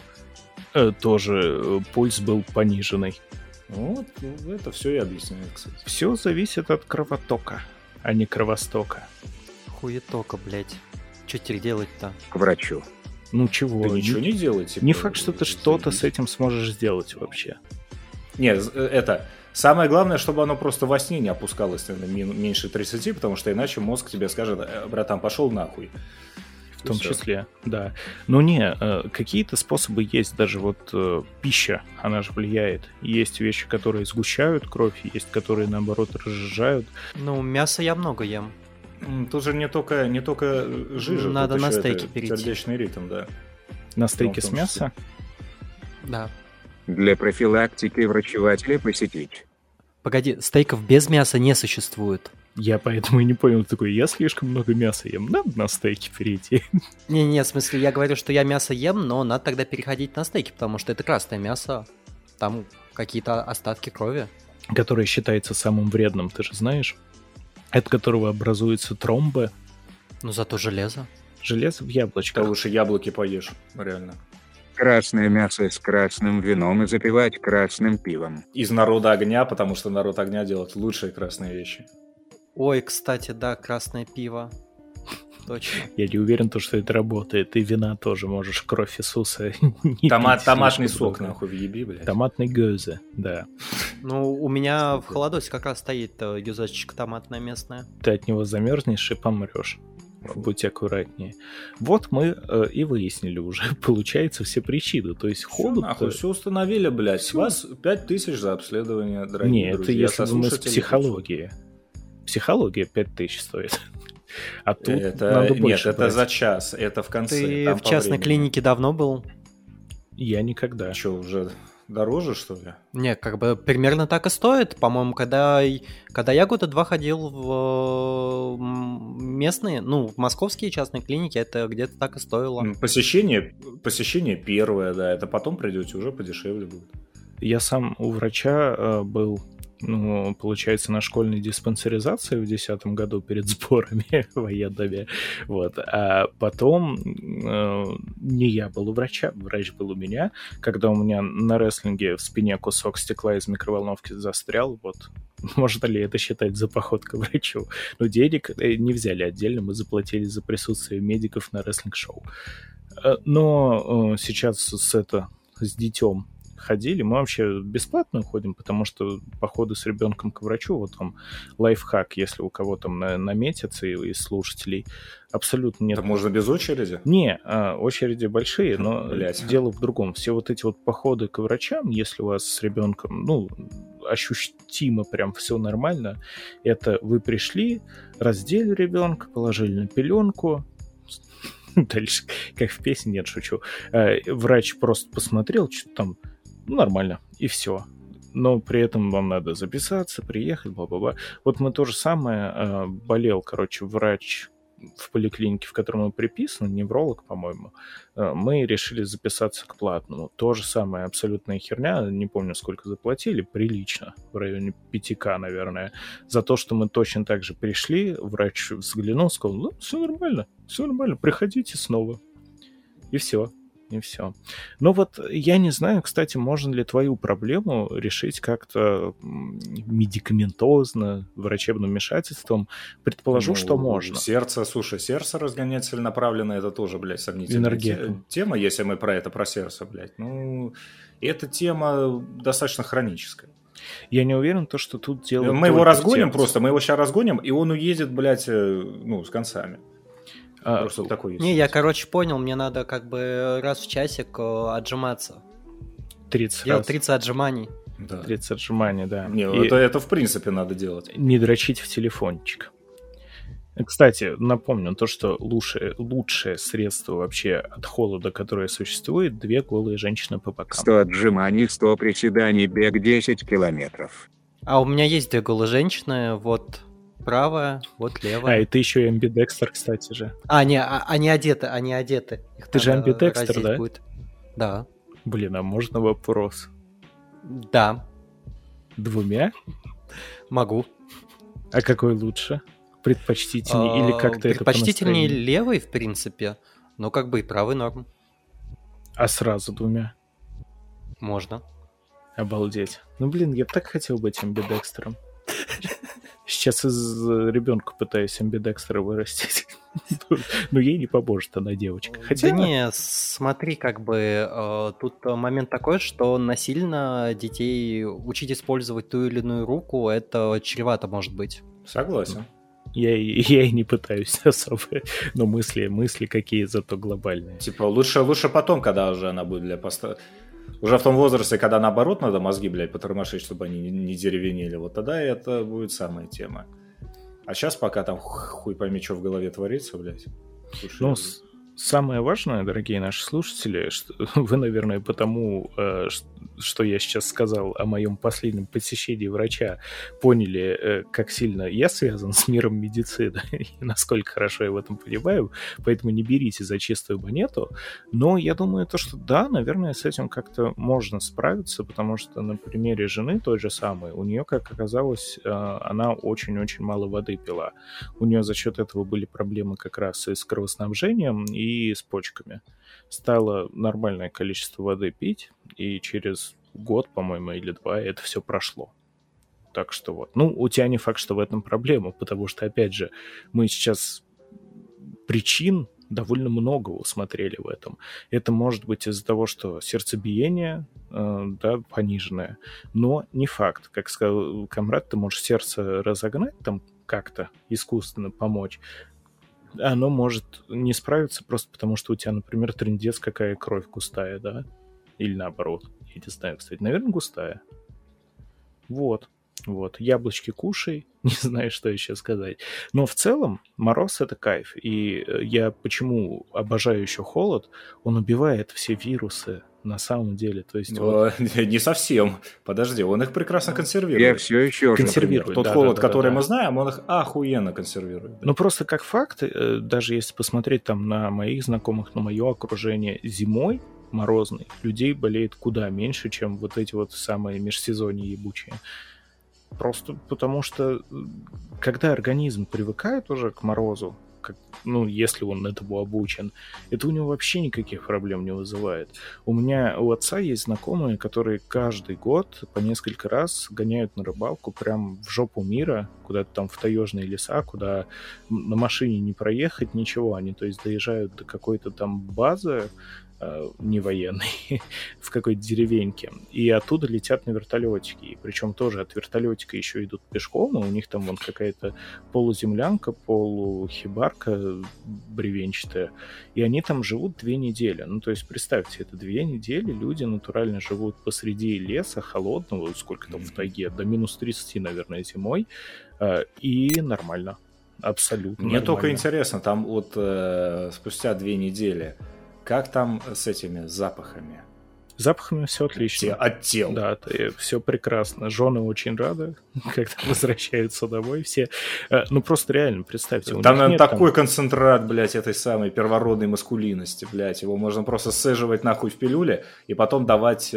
тоже пульс был пониженный. Вот, это все и объясняет, кстати. Все зависит от кровотока, а не кровостока. Хуетока, блядь. Что теперь делать-то? К врачу. Ну чего? Да ничего не делайте. Не факт, что ты что-то с этим сможешь сделать вообще. Нет, это... Самое главное, чтобы оно просто во сне не опускалось на меньше 30, потому что иначе мозг тебе скажет, братан, пошел нахуй. В том числе, да. Но не, какие-то способы есть, даже вот пища, она же влияет. Есть вещи, которые сгущают кровь, есть, которые, наоборот, разжижают. Ну, мясо я много ем. Тут же не только жижа. Надо на стейки перейти. Сердечный ритм, да. На стейки с мяса? Да. Для профилактики врачевателя посетить. Погоди, стейков без мяса не существует. Я поэтому и не понял, такой, я слишком много мяса ем, надо на стейки перейти. Не-не, в смысле, я говорю, что я мясо ем, но надо тогда переходить на стейки, потому что это красное мясо, там какие-то остатки крови. Которое считается самым вредным, ты же знаешь? От которого образуются тромбы. Ну, зато железо. Железо в яблочках. Да лучше яблоки поешь, реально. Красное мясо с красным вином и запивать красным пивом. Из народа огня, потому что народ огня делает лучшие красные вещи. Ой, кстати, да, красное пиво. Точно. Я не уверен, что это работает. И вина тоже можешь, кровь Иисуса. Томатный сок, нахуй, въеби, блядь. Томатный гёзе, да. Ну, у меня в холодосе как раз стоит гюзачка томатная местная. Ты от него замерзнешь и помрешь. Будь аккуратнее. Вот мы и выяснили уже, получается, все причины. То есть холод... Нахуй, все установили, блядь. С вас 5000 за обследование, дорогие друзья. Нет, это если мы с психологии. Психология 5000 стоит. А тут надо больше. Нет, это за час, это в конце. Ты в частной клинике давно был? Я никогда. Что, уже дороже, что ли? Не, как бы примерно так и стоит. По-моему, когда я года 2 ходил в местные, ну, в московские частные клиники, это где-то так и стоило. Посещение первое, да, это потом придете, уже подешевле будет. Я сам у врача был, ну, получается, на школьной диспансеризации в 2010 году перед сборами военными. Вот. А потом не я был у врача, врач был у меня. Когда у меня на рестлинге в спине кусок стекла из микроволновки застрял, вот. Можно ли это считать за поход к врачу? Ну, денег не взяли отдельно, мы заплатили за присутствие медиков на рестлинг-шоу. Но сейчас с детем ходили. Мы вообще бесплатно ходим, потому что походы с ребенком к врачу, вот там лайфхак, если у кого там наметится из слушателей, абсолютно нет. Это можно без очереди? Не, очереди большие, но Блядь. дело в другом. Все вот эти вот походы к врачам, если у вас с ребенком, ну, ощутимо прям все нормально, это вы пришли, раздели ребенка, положили на пеленку, дальше, как в песне, нет, шучу. Врач просто посмотрел, что там, ну, нормально, и все. Но при этом вам надо записаться, приехать, бла-бла-бла. Вот мы то же самое, болел, короче, врач в поликлинике, в которой мы приписаны, невролог, по-моему, мы решили записаться к платному. То же самое, абсолютная херня, не помню, сколько заплатили, прилично, в районе 5К, наверное, за то, что мы точно так же пришли, врач взглянул, сказал, ну, все нормально, приходите снова. И все. И все. Но вот я не знаю, кстати, можно ли твою проблему решить как-то медикаментозно, врачебным вмешательством. Предположу, что можно. Сердце разгонять целенаправленно, это тоже, блядь, сомнительная тема, если мы про сердце, блядь. Ну, эта тема достаточно хроническая. Я не уверен, что тут дело... Мы его разгоним просто, мы его сейчас разгоним, и он уедет, блядь, ну, с концами. Просто такой есть. Не, я, короче, понял, мне надо как бы раз в часик отжиматься. 30 Делать раз. 30 отжиманий. Да. 30 отжиманий, да. Не, это в принципе надо делать. Не дрочить в телефончик. Кстати, напомню, то, что лучшее средство вообще от холода, которое существует, 2 голые женщины по бокам. 100 отжиманий, 100 приседаний, бег 10 километров. А у меня есть 2 голые женщины, вот правая, вот левая. И ты еще и амбидекстер, кстати же. Не, они одеты. Их ты же амбидекстер, да? Будет. Да. Блин, а можно вопрос? Да. 2? Могу. А какой лучше? Предпочтительнее или как-то это предпочтительнее левый, в принципе, но как бы и правый норм. А сразу 2? Можно. Обалдеть. Ну, блин, я так хотел быть амбидекстером. Сейчас из ребенка пытаюсь амбидекстера вырастить. Но ей не поможет, она девочка. Хотя... Да не, смотри, как бы тут момент такой, что насильно детей учить использовать ту или иную руку, это чревато может быть. Согласен. Я и не пытаюсь особо, но мысли какие зато глобальные. Типа лучше потом, когда уже она будет для поста... Уже в том возрасте, когда наоборот надо мозги, блядь, потормошить, чтобы они не деревенели, вот тогда это будет самая тема. А сейчас пока там хуй пойми, что в голове творится, блядь. Слушай, ну, самое важное, дорогие наши слушатели, что вы, наверное, потому, что я сейчас сказал о моем последнем посещении врача, поняли, как сильно я связан с миром медицины и насколько хорошо я в этом понимаю, поэтому не берите за чистую монету. Но я думаю, что да, наверное, с этим как-то можно справиться, потому что на примере жены той же самой, у нее, как оказалось, она очень-очень мало воды пила. У нее за счет этого были проблемы как раз и с кровоснабжением, и с почками. Стало нормальное количество воды пить, и через год, по-моему, или 2 это все прошло. Так что вот. Ну, у тебя не факт, что в этом проблема, потому что, опять же, мы сейчас причин довольно много усмотрели в этом. Это может быть из-за того, что сердцебиение пониженное, но не факт. Как сказал Камрад, ты можешь сердце разогнать, там как-то искусственно помочь, оно может не справиться просто потому, что у тебя, например, трындец, какая кровь густая, да? Или наоборот. Я не знаю, кстати. Наверное, густая. Вот. Яблочки кушай. Не знаю, что еще сказать. Но в целом мороз — это кайф. И я почему обожаю еще холод? Он убивает все вирусы на самом деле. То есть, не совсем. Подожди, он их прекрасно консервирует. Я все еще консервирует. Тот холод, который мы знаем, он их охуенно консервирует. Ну, просто как факт, даже если посмотреть там на моих знакомых, на мое окружение, зимой морозной людей болеет куда меньше, чем вот эти вот самые межсезонья ебучие. Просто потому что, когда организм привыкает уже к морозу, если он этому обучен, это у него вообще никаких проблем не вызывает. У отца есть знакомые, которые каждый год по несколько раз гоняют на рыбалку прям в жопу мира, куда-то там в таежные леса, куда на машине не проехать, ничего. Они, то есть, доезжают до какой-то там базы, не военный, в какой-то деревеньке. И оттуда летят на вертолетике. И причем тоже от вертолетика еще идут пешком, и у них там вон какая-то полуземлянка, полухибарка бревенчатая. И они там живут 2 недели. Ну, то есть, представьте, это 2 недели люди натурально живут посреди леса холодного, сколько там в тайге, до минус 30, наверное, зимой, и нормально. Абсолютно Мне нормально. только интересно, там вот спустя 2 недели, как там с этими запахами? С запахами все отлично. От тел. Да, все прекрасно. Жены очень рады, когда возвращаются домой. Все. Ну, просто реально, представьте. Там, наверное, такой концентрат, блядь, этой самой первородной маскулинности, блядь. Его можно просто сцеживать нахуй в пилюле и потом давать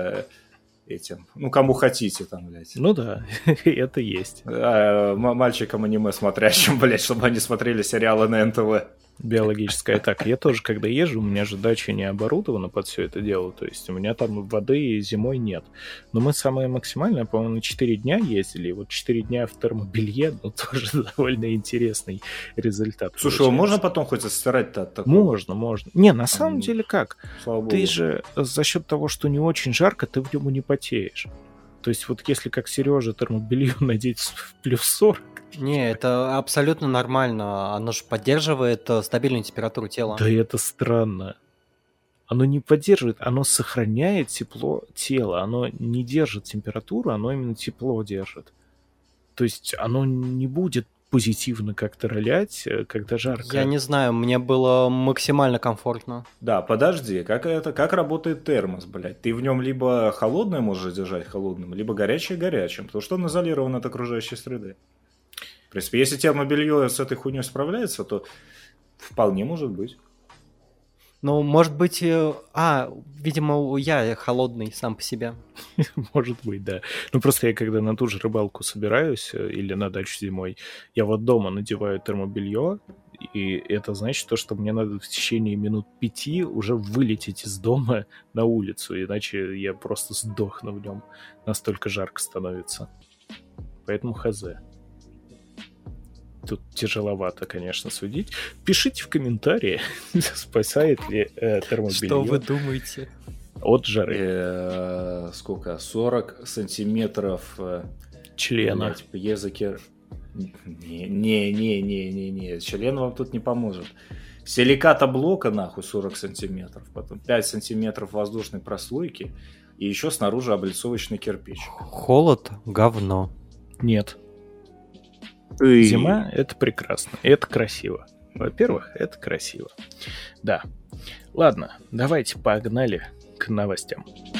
этим, ну, кому хотите там, блядь. Ну да, это есть. Мальчикам аниме смотрящим, блядь, чтобы они смотрели сериалы на НТВ. Биологическая атака. Я тоже, когда езжу, у меня же дача не оборудована под все это дело, то есть у меня там воды зимой нет. Но мы самое максимальное, по-моему, на 4 дня ездили, и вот 4 дня в термобелье, ну, тоже довольно интересный результат. Слушай, его можно потом хоть стирать-то от такого? Можно. Не, на самом деле как? Слава богу. Ты же за счет того, что не очень жарко, ты в нем и не потеешь. То есть вот если как Сережа термобелье надеть в плюс 40... Не, это абсолютно нормально. Оно же поддерживает стабильную температуру тела. Да это странно. Оно не поддерживает, оно сохраняет тепло тела. Оно не держит температуру, оно именно тепло держит. То есть оно не будет позитивно как-то ролять, когда жарко. Я не знаю, мне было максимально комфортно. Да, подожди, как работает термос, блядь? Ты в нем либо холодное можешь держать холодным, либо горячее горячим, потому что он изолирован от окружающей среды. В принципе, если термобелье с этой хуйней справляется, то вполне может быть. Ну, может быть... видимо, я холодный сам по себе. Может быть, да. Ну, просто я когда на ту же рыбалку собираюсь или на дачу зимой, я вот дома надеваю термобелье, и это значит то, что мне надо в течение минут 5 уже вылететь из дома на улицу, иначе я просто сдохну в нем. Настолько жарко становится. Поэтому хз. Тут тяжеловато, конечно, судить. Пишите в комментарии, спасает ли термобелье. Что вы думаете? От жары. Сколько? 40 сантиметров члена. Языке. Не. Член вам тут не поможет. Силиката блока, нахуй, 40 сантиметров. Потом 5 сантиметров воздушной прослойки. И еще снаружи облицовочный кирпич. Холод — говно. Нет. Зима — это прекрасно, это красиво. Во-первых, это красиво. Да. Ладно, давайте погнали к новостям.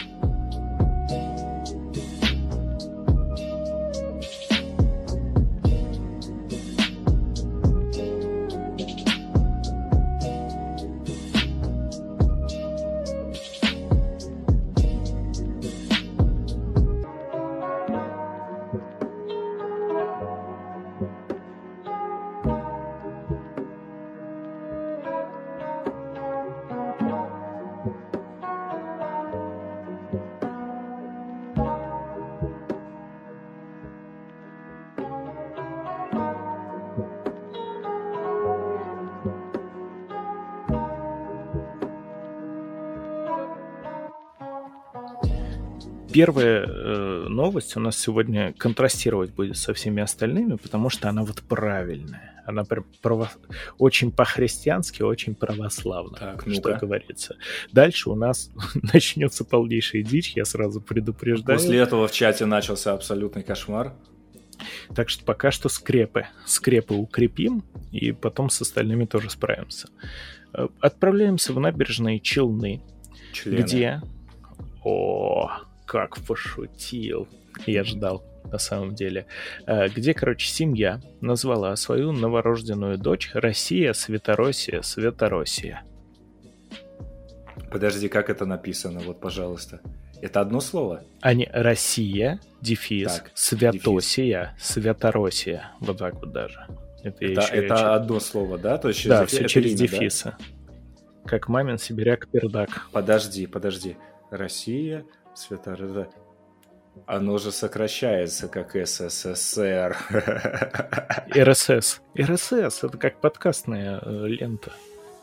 Первая новость у нас сегодня контрастировать будет со всеми остальными, потому что она вот правильная. Она прям очень по-христиански, очень православно, Так, что ну-ка. говорится. Дальше у нас начнется полнейшая дичь, я сразу предупреждаю. После этого в чате начался абсолютный кошмар. Так что пока что скрепы. Скрепы укрепим, и потом с остальными тоже справимся. Отправляемся в набережные Челны, Члены. где... О, как пошутил. Я ждал, на самом деле. Где, короче, семья назвала свою новорожденную дочь Россия, Светороссия, Светороссия. Подожди, как это написано? Вот, пожалуйста. Это одно слово? Они Россия, дефис, Так, Святосия, Светороссия. Вот так вот даже. Это одно слово, да? То есть Да, это все через имя, дефисы. Как мамин сибиряк пердак. Да? Подожди. Россия, Светороссия. Оно же сокращается как СССР. РСС. РСС — это как подкастная лента.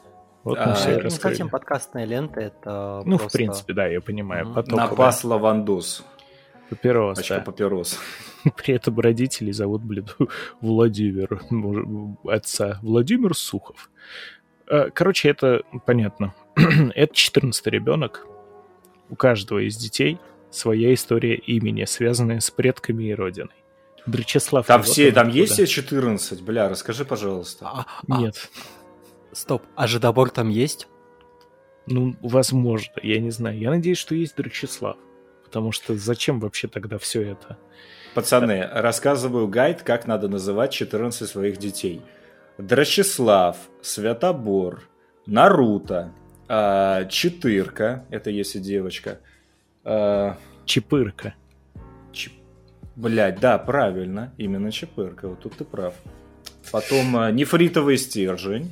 Вот мы все и Это не раскрыли. совсем подкастная лента, это Ну, просто... в принципе, да, я понимаю. Мгм. Потоковая. Напас лавандус. Папирос, Пачка да. папирос. При этом родителей зовут, Владимир. Отца Владимир Сухов. Короче, это понятно. Это 14-й ребенок. У каждого из детей своя история имени, связанная с предками и родиной. Драчеслав. Там вот все, он там откуда. есть все 14? Бля, расскажи, пожалуйста. Нет. Стоп, а Жидобор там есть? Ну, возможно, я не знаю. Я надеюсь, что есть Драчеслав. Потому что зачем вообще тогда все это? Пацаны, рассказываю гайд, как надо называть 14 своих детей. Драчеслав, Святобор, Наруто, Четырка, это если девочка. Чепырка. Блять, да, правильно, именно Чепырка, вот тут ты прав. Потом Нефритовый стержень,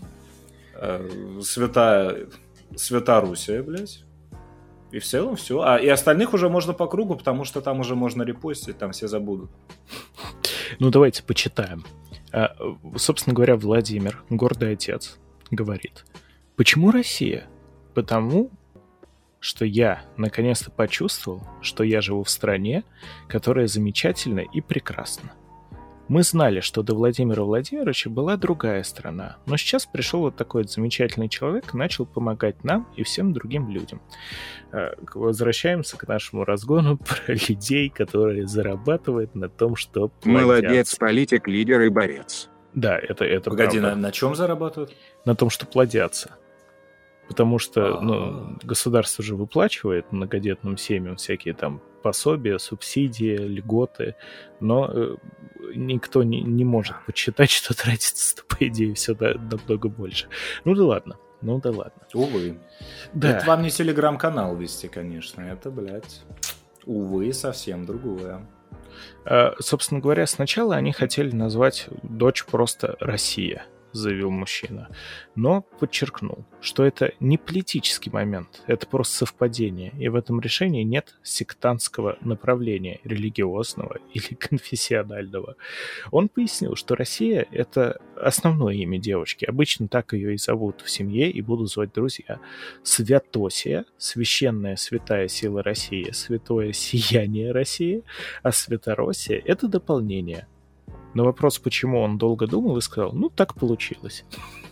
Святорусия, блядь. И в целом все. И остальных уже можно по кругу, потому что там уже можно репостить, там все забудут. Ну, давайте почитаем. Собственно говоря, Владимир, гордый отец, говорит: почему Россия? Потому что я наконец-то почувствовал, что я живу в стране, которая замечательна и прекрасна. Мы знали, что до Владимира Владимировича была другая страна, но сейчас пришел вот такой вот замечательный человек и начал помогать нам и всем другим людям. Возвращаемся к нашему разгону про людей, которые зарабатывают на том, что плодятся. Молодец, политик, лидер и борец. Да, это Погоди, правда. на чем зарабатывают? На том, что плодятся. Потому что государство же выплачивает многодетным семьям всякие там пособия, субсидии, льготы, но никто не может подсчитать, что тратится, по идее, все намного больше. Ну да ладно. Увы. Да. Это вам не телеграм-канал вести, конечно. Это, блядь, увы, совсем другое. Собственно говоря, сначала они хотели назвать дочь просто Россия, заявил мужчина, но подчеркнул, что это не политический момент, это просто совпадение, и в этом решении нет сектантского направления, религиозного или конфессионального. Он пояснил, что Россия — это основное имя девочки, обычно так ее и зовут в семье и будут звать друзья. Святосия, священная святая сила России, святое сияние России, а Святороссия — это дополнение. На вопрос, почему он долго думал, и сказал: ну, так получилось.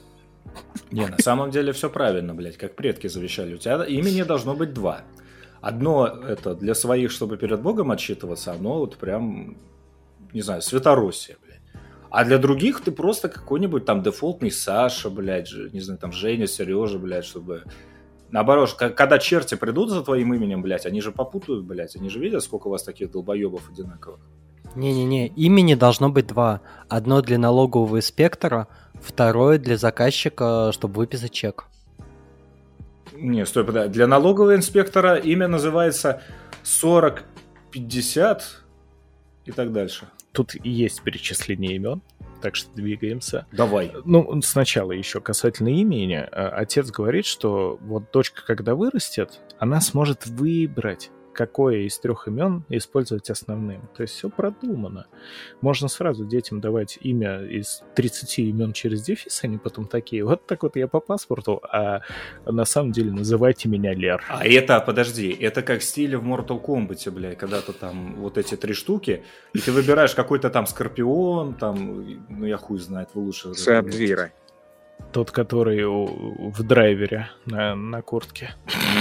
Не, на самом деле все правильно, блядь, как предки завещали. У тебя имени должно быть два. Одно это для своих, чтобы перед Богом отчитываться, оно вот прям, не знаю, Святороссия, блядь. А для других ты просто какой-нибудь там дефолтный Саша, блядь, не знаю, там Женя, Сережа, блядь, чтобы... Наоборот, когда черти придут за твоим именем, блядь, они же попутают, блядь, они же видят, сколько у вас таких долбоебов одинаковых. Не-не-не, имени должно быть два. Одно для налогового инспектора, второе для заказчика, чтобы выписать чек. Не, стой, подожди. Для налогового инспектора имя называется 4050 и так дальше. Тут и есть перечисление имен, так что двигаемся. Давай. Ну, сначала еще касательно имени. Отец говорит, что вот дочка, когда вырастет, она сможет выбрать, какое из 3 имен использовать основным. То есть все продумано. Можно сразу детям давать имя из 30 имен через дефис, они потом такие: вот так вот я по паспорту, а на самом деле называйте меня Лер. А это, подожди, это как стиль в Mortal Kombat, блядь, когда-то там вот эти 3 штуки, и ты выбираешь какой-то там Скорпион, там, ну я хуй знает, вы лучше... Саб-Зиро. Тот, который в драйвере на куртке.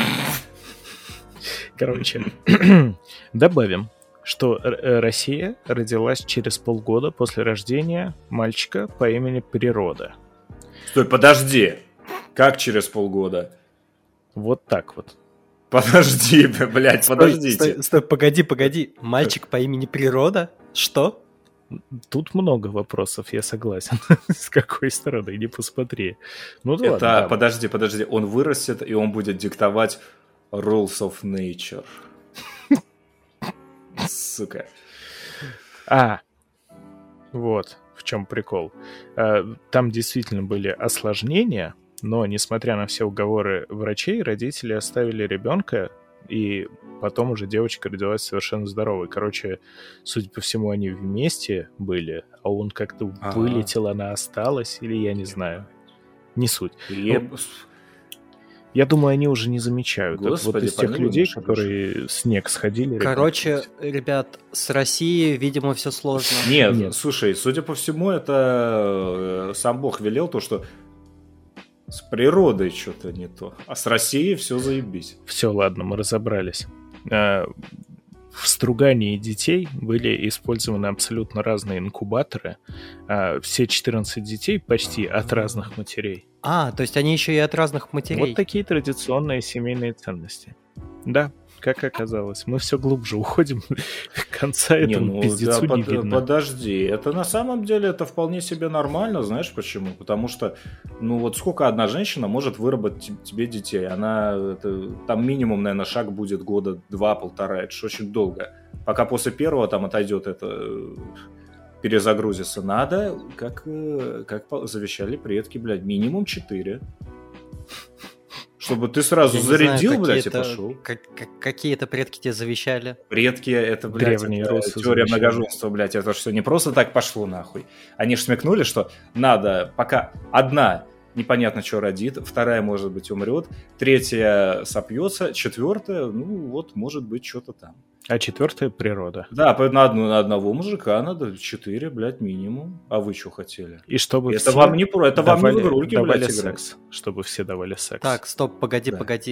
Короче, добавим, что Россия родилась через полгода после рождения мальчика по имени Природа. Стой, подожди! Как через полгода? Вот так вот. Подожди, блядь, подождите. Стой, погоди. Мальчик по имени Природа? Что? Тут много вопросов, я согласен. С какой стороны, не посмотри. Ну да Это, ладно. подожди, он вырастет, и он будет диктовать Rules of Nature. Сука. Вот в чем прикол. Там действительно были осложнения, но, несмотря на все уговоры врачей, родители оставили ребенка, и потом уже девочка родилась совершенно здоровой. Короче, судя по всему, они вместе были, а он как-то вылетел, она осталась, или я не знаю. Не суть. Я думаю, они уже не замечают. Это вот Господи, из тех помилуй людей, нашу которые снег сходили. Короче, ребят, с Россией, видимо, все сложно. Нет, слушай, судя по всему, это сам Бог велел то, что с природой что-то не то, а с Россией все заебись. Все, ладно, мы разобрались. В стругании детей были использованы абсолютно разные инкубаторы. Все 14 детей почти от разных матерей. То есть они еще и от разных матерей. Вот такие традиционные семейные ценности. Да, как оказалось. Мы все глубже уходим. Конца этому пиздецу не видно. Подожди, это на самом деле это вполне себе нормально, знаешь почему? Потому что, вот сколько одна женщина может выработать тебе детей? Там минимум, наверное, шаг будет года 2-1,5, это же очень долго. Пока после первого там отойдет это... перезагрузиться надо, как завещали предки, блядь, минимум 4. Чтобы ты сразу зарядил, блядь, и пошел. Какие-то предки тебе завещали? Предки, это, блядь, древние это русы теория завещали. многоженства, блядь, это все не просто так пошло нахуй. Они ж смекнули, что надо, пока одна непонятно, что родит, вторая, может быть, умрет, третья сопьется, четвертая, может быть, что-то там. А четвертая — природа. Да, на одного мужика надо 4, блядь, минимум. А вы что хотели? И чтобы Это все вам не в игрульки, давали блядь, играть. секс. Чтобы все давали секс. Так, стоп, погоди.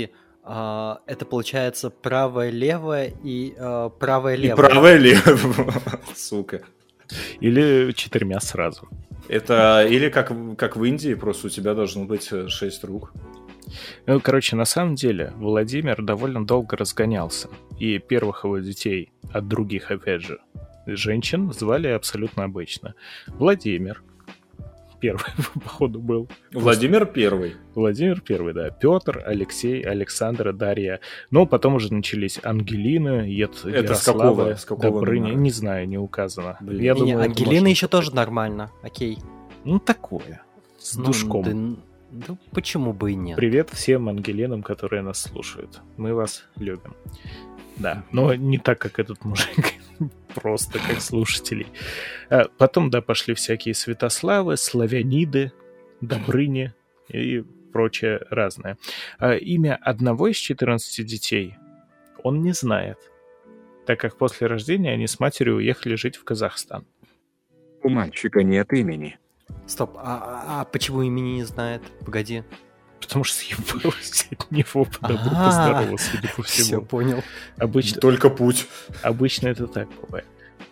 Это получается правое-левое и правое-левое. И правое-левое, сука. Или 4 сразу. Это или как в Индии, просто у тебя должно быть 6 рук. Короче, на самом деле, Владимир довольно долго разгонялся. И первых его детей от других, опять же, женщин звали абсолютно обычно. Владимир. Первый, походу, был. Владимир Первый. Владимир Первый, да. Петр, Алексей, Александра, Дарья. Но потом уже начались Ангелина, Ярослава, с какого Добрыня. номера? Не знаю, не указано. Блин. Я думаю, это Ангелина можно еще сказать. тоже нормально, окей. Такое. С душком. Почему бы и нет? Привет всем Ангелинам, которые нас слушают. Мы вас любим. Да, но не так, как этот мужик. Просто как слушателей. Потом, пошли всякие Святославы, Славяниды, Добрыни и прочее разное. Имя одного из 14 детей он не знает, так как после рождения они с матерью уехали жить в Казахстан. У мальчика нет имени. Стоп, а почему имени не знает? Погоди. Потому что съебалась от него по добру, по здорову, судя по Все, всему. понял. Обычно Только путь. Обычно это так бывает.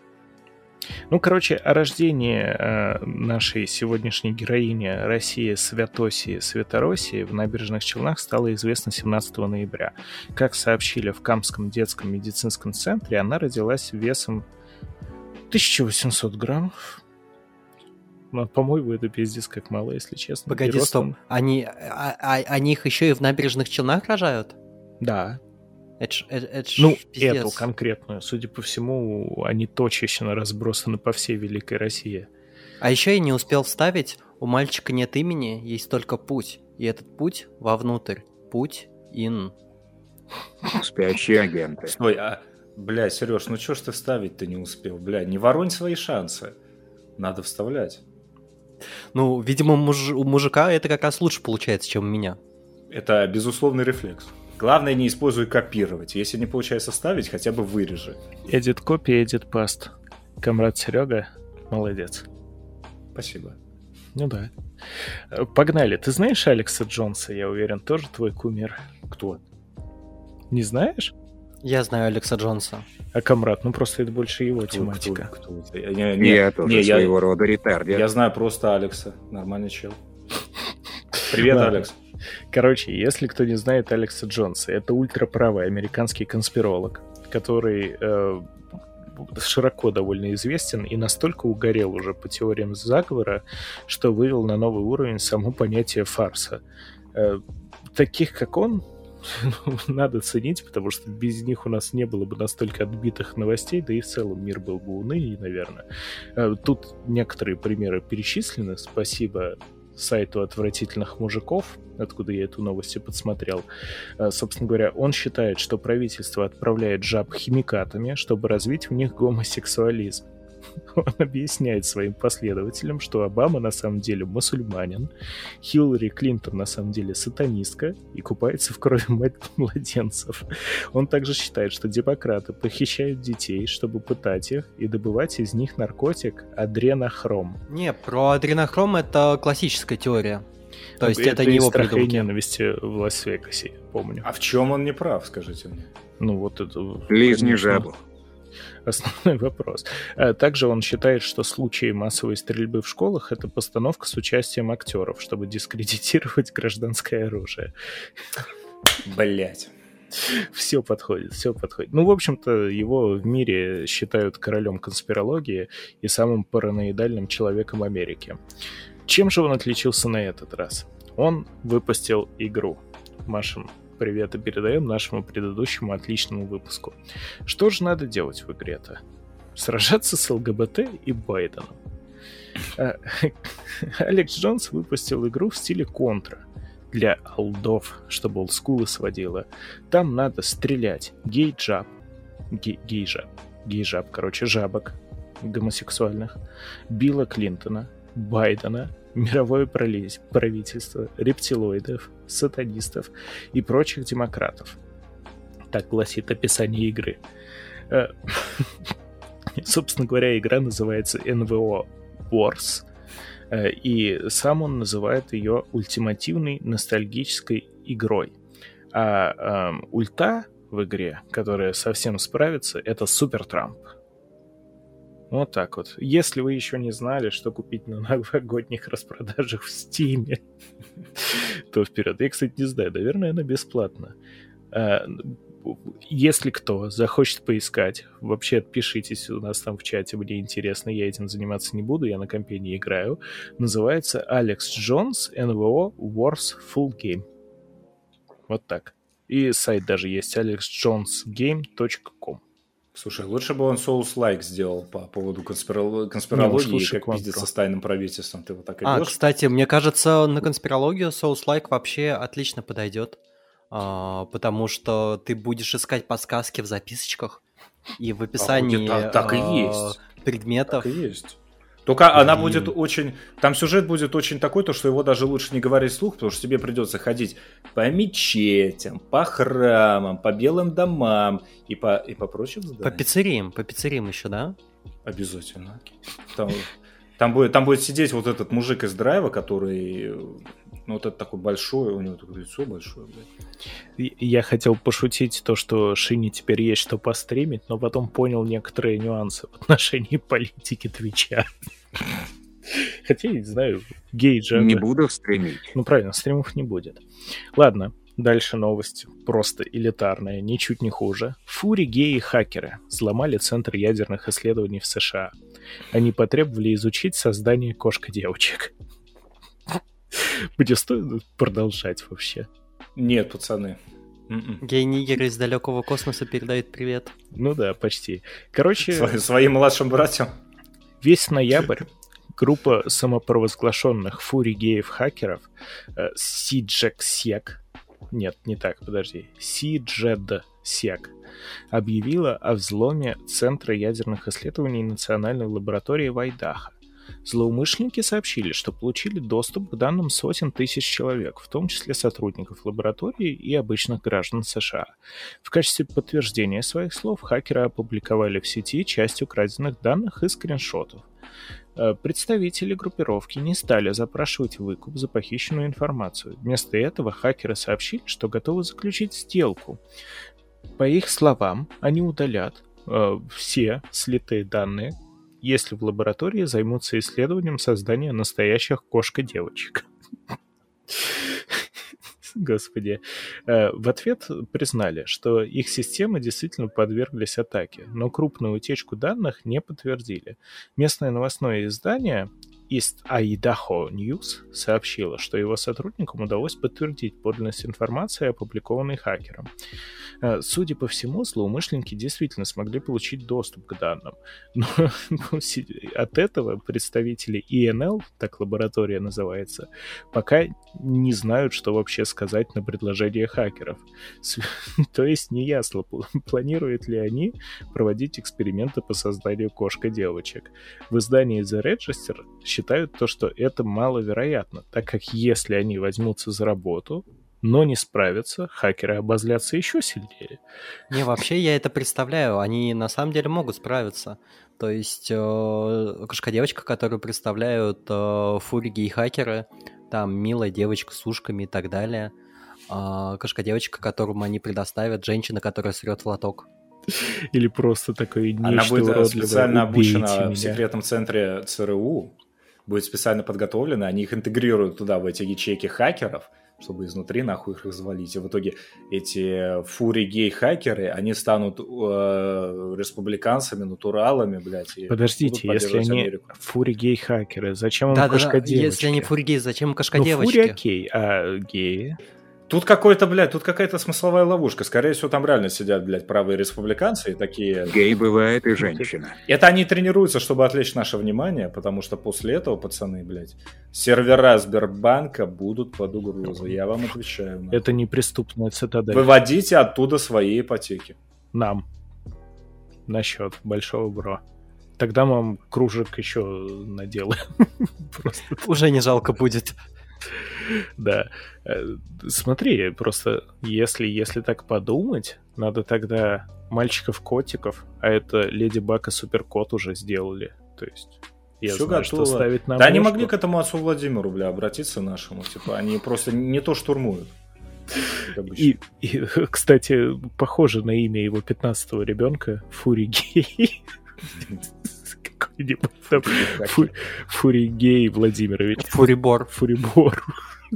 О рождении нашей сегодняшней героини России Святосии Святоросии в Набережных Челнах стало известно 17 ноября. Как сообщили в Камском детском медицинском центре, она родилась весом 1800 граммов. По-моему, это пиздец как мало, если честно. Погоди, стоп. Они их еще и в Набережных Челнах рожают? Да. Это ж Эту пиздец. конкретную. Судя по всему, они точечно разбросаны по всей Великой России. А еще я не успел вставить, у мальчика нет имени, есть только путь. И этот путь вовнутрь. Путь ин. Спящие агенты. Стой, бля, Сереж, что ж ты вставить-то не успел? Бля, не воронь свои шансы. Надо вставлять. Видимо, у мужика это как раз лучше получается, чем у меня. Это безусловный рефлекс. Главное, не используй копировать. Если не получается ставить, хотя бы вырежи. Edit copy, edit paste. Камрад Серега, молодец. Спасибо. Да. Погнали. Ты знаешь Алекса Джонса? Я уверен, тоже твой кумир. Кто? Не знаешь? Я знаю Алекса Джонса. А Камрад, просто это больше его тематика. Кто это? Я тоже своего рода ретардер. Я знаю просто Алекса. Нормальный чел. Привет, Ладно. Алекс. Короче, если кто не знает Алекса Джонса, это ультраправый американский конспиролог, который широко довольно известен и настолько угорел уже по теориям заговора, что вывел на новый уровень само понятие фарса. Таких, как он, надо ценить, потому что без них у нас не было бы настолько отбитых новостей, да и в целом мир был бы унылее, наверное. Тут некоторые примеры перечислены. Спасибо сайту отвратительных мужиков, откуда я эту новость и подсмотрел. Собственно говоря, он считает, что правительство отправляет жаб химикатами, чтобы развить в них гомосексуализм. Он объясняет своим последователям, что Обама на самом деле мусульманин, Хиллари Клинтон на самом деле сатанистка и купается в крови младенцев. Он также считает, что демократы похищают детей, чтобы пытать их и добывать из них наркотик адренохром. Не, про адренохром это классическая теория. То есть это не из его «Страха и придумки. ненависти» в Лас-Вегасе, помню. А в чем он не прав, скажите мне? Ну вот это... Лизни конечно, жабу. основной вопрос. Также он считает, что случаи массовой стрельбы в школах — это постановка с участием актеров, чтобы дискредитировать гражданское оружие. Блять. Все подходит, все подходит. Ну, в общем-то, его в мире считают королем конспирологии и самым параноидальным человеком Америки. Чем же он отличился на этот раз? Он выпустил игру. Машин, привет и передаем нашему предыдущему отличному выпуску. Что же надо делать в игре-то? Сражаться с ЛГБТ и Байденом. Алекс Джонс выпустил игру в стиле контра. Для олдов, чтобы олдскулы сводило. Там надо стрелять. Гей-жаб, короче, жабок гомосексуальных, Билла Клинтона, Байдена, мировое правительство, рептилоидов, сатанистов и прочих демократов. Так гласит описание игры. Собственно говоря, игра называется NVO Wars, и сам он называет ее ультимативной ностальгической игрой. А ульта в игре, которая совсем справится, это Супер Трамп. Вот так вот. Если вы еще не знали, что купить на новогодних распродажах в Стиме, то вперед. Я, кстати, не знаю, наверное, она бесплатна. Если кто захочет поискать, вообще отпишитесь у нас там в чате, мне интересно, я этим заниматься не буду, я на компе не играю. Называется Alex Jones NVO Wars Full Game. Вот так. И сайт даже есть alexjonesgame.com. Слушай, лучше бы он Souls-like сделал по поводу конспирологии и как пиздиться с тайным правительством. Ты вот так идешь? Кстати, мне кажется, на конспирологию Souls-like вообще отлично подойдет. Потому что ты будешь искать подсказки в записочках и в описании так и есть. предметов. Так и есть. Только она будет очень... Там сюжет будет очень такой, то что его даже лучше не говорить вслух, потому что тебе придется ходить по мечетям, по храмам, по белым домам и по прочим зданиям. По пиццериям еще, да? Обязательно. Там будет сидеть вот этот мужик из драйва, который... Ну, вот это такой большой, у него такое лицо большое, блядь. Я хотел пошутить то, что Шине теперь есть что постримить, но потом понял некоторые нюансы в отношении политики Твича. Хотя, я не знаю, гей-джа... Не буду стримить. Ну, правильно, стримов не будет. Ладно, дальше новость. Просто элитарная, ничуть не хуже. Фури, геи и хакеры взломали Центр ядерных исследований в США. Они потребовали изучить создание кошка-девочек. Мне стоит продолжать вообще? Нет, пацаны. Гей-нигеры из далекого космоса передают привет. Ну да, почти. Короче... Своим младшим братьям. Весь ноябрь группа самопровозглашенных фури-геев-хакеров CJEDSEC, нет, не так, подожди, CJEDSEC объявила о взломе Центра ядерных исследований Национальной лаборатории в Айдахо. Злоумышленники сообщили, что получили доступ к данным сотен тысяч человек, в том числе сотрудников лаборатории и обычных граждан США. В качестве подтверждения своих слов хакеры опубликовали в сети часть украденных данных и скриншотов. Представители группировки не стали запрашивать выкуп за похищенную информацию. Вместо этого хакеры сообщили, что готовы заключить сделку. По их словам, они удалят все слитые данные, если в лаборатории займутся исследованием создания настоящих кошка-девочек. Господи. В ответ признали, что их системы действительно подверглись атаке, но крупную утечку данных не подтвердили. Местное новостное издание East Idaho News сообщила, что его сотрудникам удалось подтвердить подлинность информации, опубликованной хакером. Судя по всему, злоумышленники действительно смогли получить доступ к данным. Но от этого представители ENL, так лаборатория называется, пока не знают, что вообще сказать на предложение хакеров. То есть неясно, планируют ли они проводить эксперименты по созданию кошка-девочек. В издании The Register считают то, что это маловероятно, так как если они возьмутся за работу, но не справятся, хакеры обозлятся еще сильнее. Не, вообще я это представляю, они на самом деле могут справиться. То есть кошка-девочка, которую представляют фури-гей-хакеры, там милая девочка с ушками и так далее, кошка-девочка, которому они предоставят, женщина, которая срет в лоток. Или просто такое нечто Она будет уродливое. специально «Убейте обучена меня». в секретном центре ЦРУ, будет специально подготовлена, они их интегрируют туда, в эти ячейки хакеров, чтобы изнутри нахуй их развалить. И в итоге эти фури-гей-хакеры, они станут республиканцами, натуралами, блядь. И Подождите, если они Америку. фури-гей-хакеры, зачем им Да, кошка-девочки? если они фури-гей, зачем Ну, кошка-девочки? фури окей, а геи? Тут какая-то смысловая ловушка. Скорее всего, там реально сидят, блядь, правые республиканцы и такие... Гей бывает и женщина. Это они тренируются, чтобы отвлечь наше внимание, потому что после этого, пацаны, блядь, сервера Сбербанка будут под угрозой. Я вам отвечаю. Это неприступная цитадель. Выводите оттуда свои ипотеки. Нам. На счет большого бро. Тогда мы вам кружек еще наделаем. Просто, Уже не жалко будет. да. Смотри, просто если так подумать, надо тогда мальчиков-котиков, а это Леди Баг и Суперкот уже сделали. То есть я Всё знаю, готово. что ставить на Да они обложку. могли к этому отцу Владимиру, бля, обратиться нашему. Типа, они просто не то штурмуют. Как обычно. И, кстати, похоже на имя его 15-го ребенка Фури-Гей. Какой-нибудь там Фури-Гей Владимирович. Фурибор. Фурибор.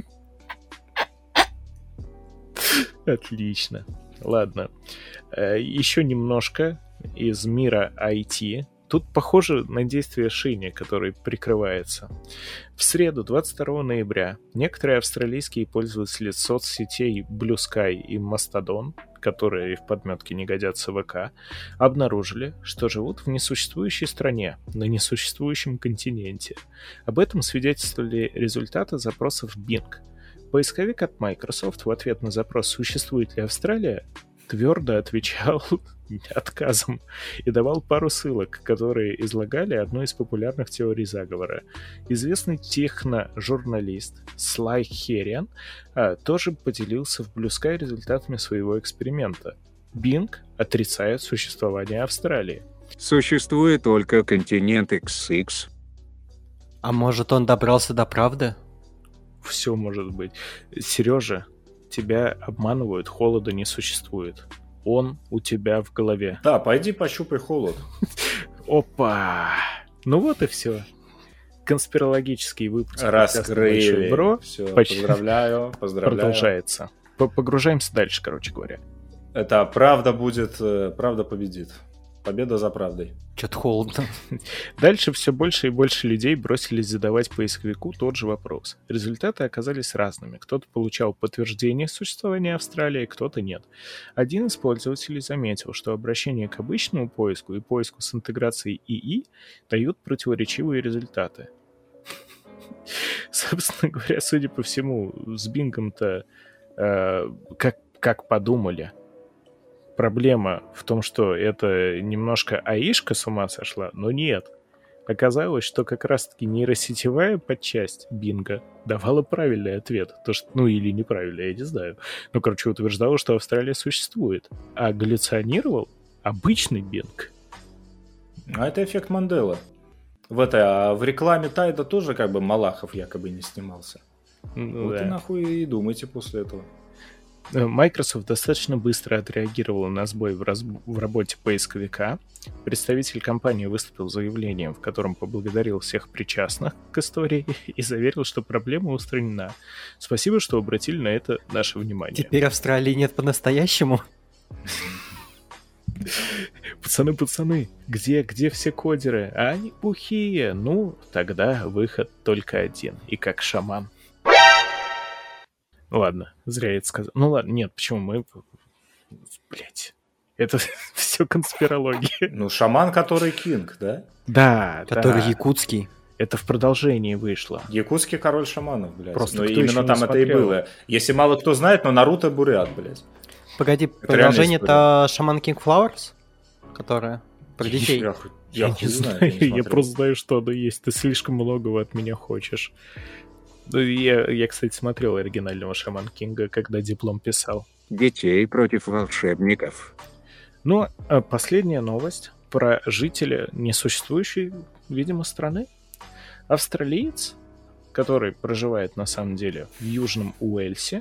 Отлично. Ладно. Еще немножко из мира IT. Тут похоже на действие Шини, который прикрывается. В среду, 22 ноября, некоторые австралийские пользователи соцсетей Blue Sky и Mastodon, которые в подметке не годятся ВК, обнаружили, что живут в несуществующей стране, на несуществующем континенте. Об этом свидетельствовали результаты запросов Bing. Поисковик от Microsoft в ответ на запрос «Существует ли Австралия?» твердо отвечал отказом и давал пару ссылок, которые излагали одну из популярных теорий заговора. Известный техножурналист Слай Хериан тоже поделился в Blue Sky результатами своего эксперимента. Bing отрицает существование Австралии. Существует только континент XX. А может, он добрался до правды? Все может быть. Сережа, тебя обманывают, холода не существует. Он у тебя в голове. Да, пойди пощупай холод. Опа! Ну вот и все. Конспирологический выпуск Раскрыли. Бро Все, почти поздравляю. продолжается. Погружаемся дальше, короче говоря. Это правда будет, правда победит. Победа за правдой. Чё-то холодно. Дальше все больше и больше людей бросились задавать поисковику тот же вопрос. Результаты оказались разными. Кто-то получал подтверждение существования Австралии, кто-то нет. Один из пользователей заметил, что обращение к обычному поиску и поиску с интеграцией ИИ дают противоречивые результаты. Собственно говоря, судя по всему, с Бингом-то как подумали. Проблема в том, что это немножко АИшка с ума сошла, но нет. Оказалось, что как раз-таки нейросетевая подчасть Бинга давала правильный ответ. То, что, ну или неправильный, я не знаю. Ну, короче, утверждала, что Австралия существует. А галлюционировал обычный Бинг. А это эффект Манделы. В рекламе Тайда тоже как бы Малахов якобы не снимался. Ну, вот да. и нахуй и думайте после этого. Microsoft достаточно быстро отреагировала на сбой в работе поисковика. Представитель компании выступил с заявлением, в котором поблагодарил всех причастных к истории и заверил, что проблема устранена. Спасибо, что обратили на это наше внимание. Теперь Австралии нет по-настоящему? Пацаны, где все кодеры? А они бухие. Ну, тогда выход только один. И как шаман. Ладно, зря я это сказал. Ну ладно, нет, почему мы... Блять, это все конспирология. Ну, шаман, который кинг, да? Да, Который да. якутский. Это в продолжении вышло. Якутский король шаманов, блядь. Просто но кто именно еще не там это и смотрел? было. Если мало кто знает, но Наруто бурят, блядь. Погоди, реальная продолжение-то Шаман Кинг Флауэрс? Которая про детей. Я не хуй знаю, знаю, не я смотрел. просто знаю, что оно есть. Ты слишком многого от меня хочешь. Ну, я, кстати, смотрел оригинального Шаман Кинга, когда диплом писал. Детей против волшебников. Но последняя новость про жителя несуществующей, видимо, страны. Австралиец, который проживает на самом деле в Южном Уэльсе,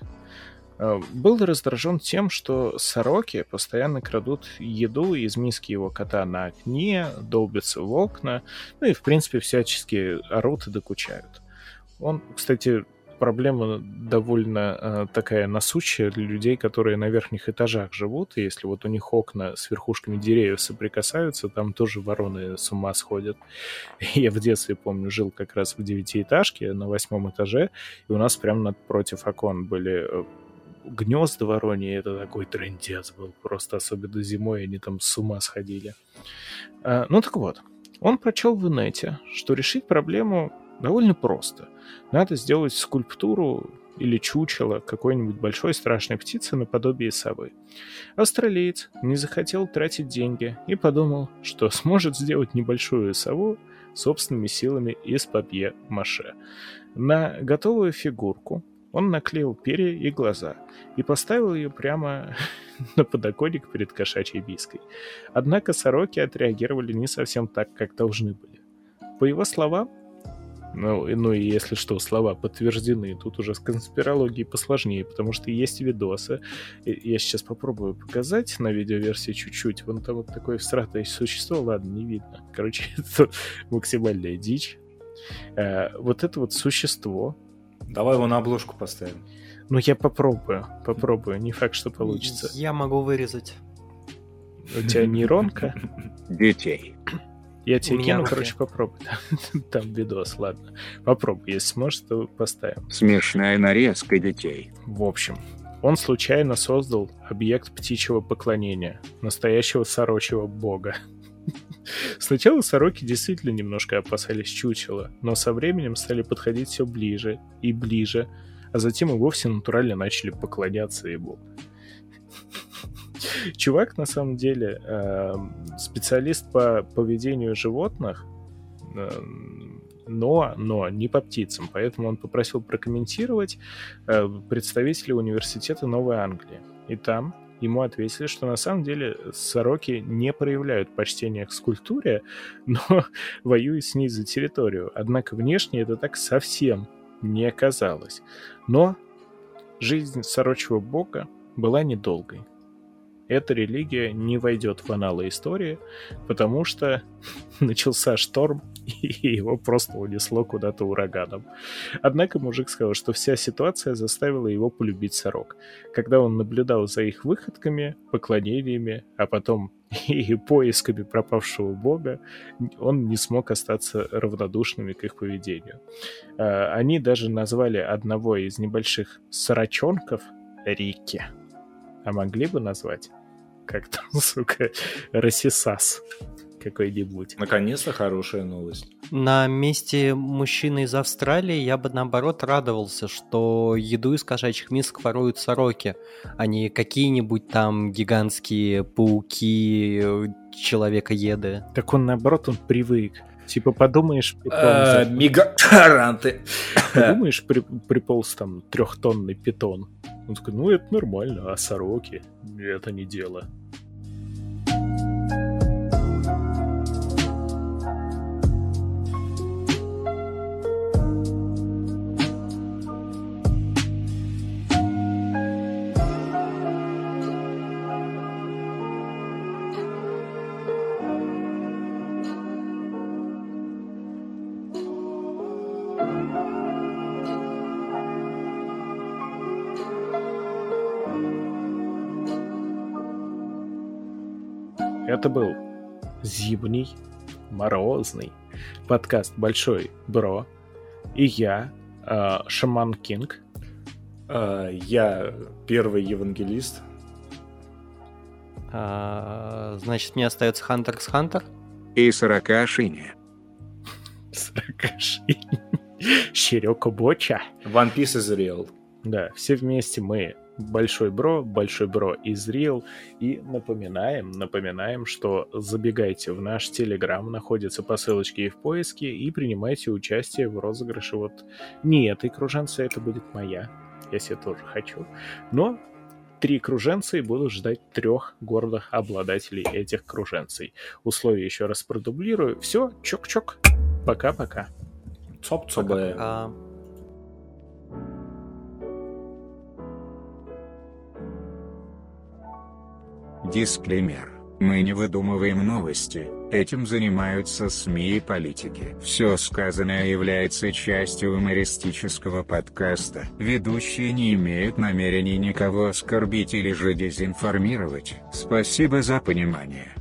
был раздражен тем, что сороки постоянно крадут еду из миски его кота на окне, долбятся в окна, ну и, в принципе, всячески орут и докучают. Он, кстати, проблема довольно такая насущая для людей, которые на верхних этажах живут, и если вот у них окна с верхушками деревьев соприкасаются, там тоже вороны с ума сходят. Я в детстве, помню, жил как раз в 9-этажке на 8 этаже, и у нас прямо напротив окон были гнезда вороньи, это такой трындец был, просто особенно зимой они там с ума сходили. Ну так вот, он прочел в инете, что решить проблему довольно просто. Надо сделать скульптуру или чучело какой-нибудь большой страшной птицы наподобие совы. Австралиец не захотел тратить деньги и подумал, что сможет сделать небольшую сову собственными силами из папье-маше. На готовую фигурку он наклеил перья и глаза и поставил ее прямо на подоконник перед кошачьей миской. Однако сороки отреагировали не совсем так, как должны были. По его словам, ну и если что, слова подтверждены, тут уже с конспирологией посложнее, потому что есть видосы. Я сейчас попробую показать на видеоверсии чуть-чуть. Вон там вот такое всратое существо, ладно, не видно. Короче, это максимальная дичь. Вот это вот существо. Давай его на обложку поставим. Ну, я попробую, не факт, что получится. Я могу вырезать. У тебя нейронка? Детей. Я тебе У меня кину, руки. короче, попробуй. Там видос, ладно. Попробуй, если сможешь, то поставим. Смешная нарезка детей. В общем, он случайно создал объект птичьего поклонения, настоящего сорочьего бога. Сначала сороки действительно немножко опасались чучела, но со временем стали подходить все ближе и ближе, а затем и вовсе натурально начали поклоняться ему. Чувак, на самом деле, специалист по поведению животных, но не по птицам, поэтому он попросил прокомментировать представителей университета Новой Англии. И там ему ответили, что на самом деле сороки не проявляют почтения к скульптуре, но воюют с ней за территорию. Однако внешне это так совсем не оказалось. Но жизнь сорочьего бога была недолгой. Эта религия не войдет в аналы истории, потому что начался шторм, и его просто унесло куда-то ураганом. Однако мужик сказал, что вся ситуация заставила его полюбить сорок. Когда он наблюдал за их выходками, поклонениями, а потом и поисками пропавшего бога, он не смог остаться равнодушными к их поведению. Они даже назвали одного из небольших сорочонков Рикки. А могли бы назвать как там, сука, Рассисас какой-нибудь. Наконец-то хорошая новость. На месте мужчины из Австралии я бы, наоборот, радовался, что еду из кошачьих мисок воруют сороки, а не какие-нибудь там гигантские пауки, человекоеды. Так он, наоборот, он привык. Типа, подумаешь, питон... Мегаранты. Подумаешь, приполз там 3-тонный питон. Он такой, ну это нормально, а сороки — это не дело. Это был зимний, морозный подкаст «Большой Бро». И я, Шаман Кинг. Я первый евангелист. Значит, мне остается Хантер x Хантер. И 40 Шине. Щерёка Боча. One Piece is real. Да, все вместе мы Большой Бро из Real. И напоминаем, что забегайте в наш Телеграм, находятся по ссылочке и в поиске, и принимайте участие в розыгрыше. Вот не этой круженцы, это будет моя. Я себе тоже хочу. Но 3 круженцы будут ждать 3 гордых обладателей этих круженцей. Условия еще раз продублирую. Все, чок-чок. Пока-пока. Цоп-цобэ. Дисклеймер. Мы не выдумываем новости, этим занимаются СМИ и политики. Все сказанное является частью юмористического подкаста. Ведущие не имеют намерений никого оскорбить или же дезинформировать. Спасибо за понимание.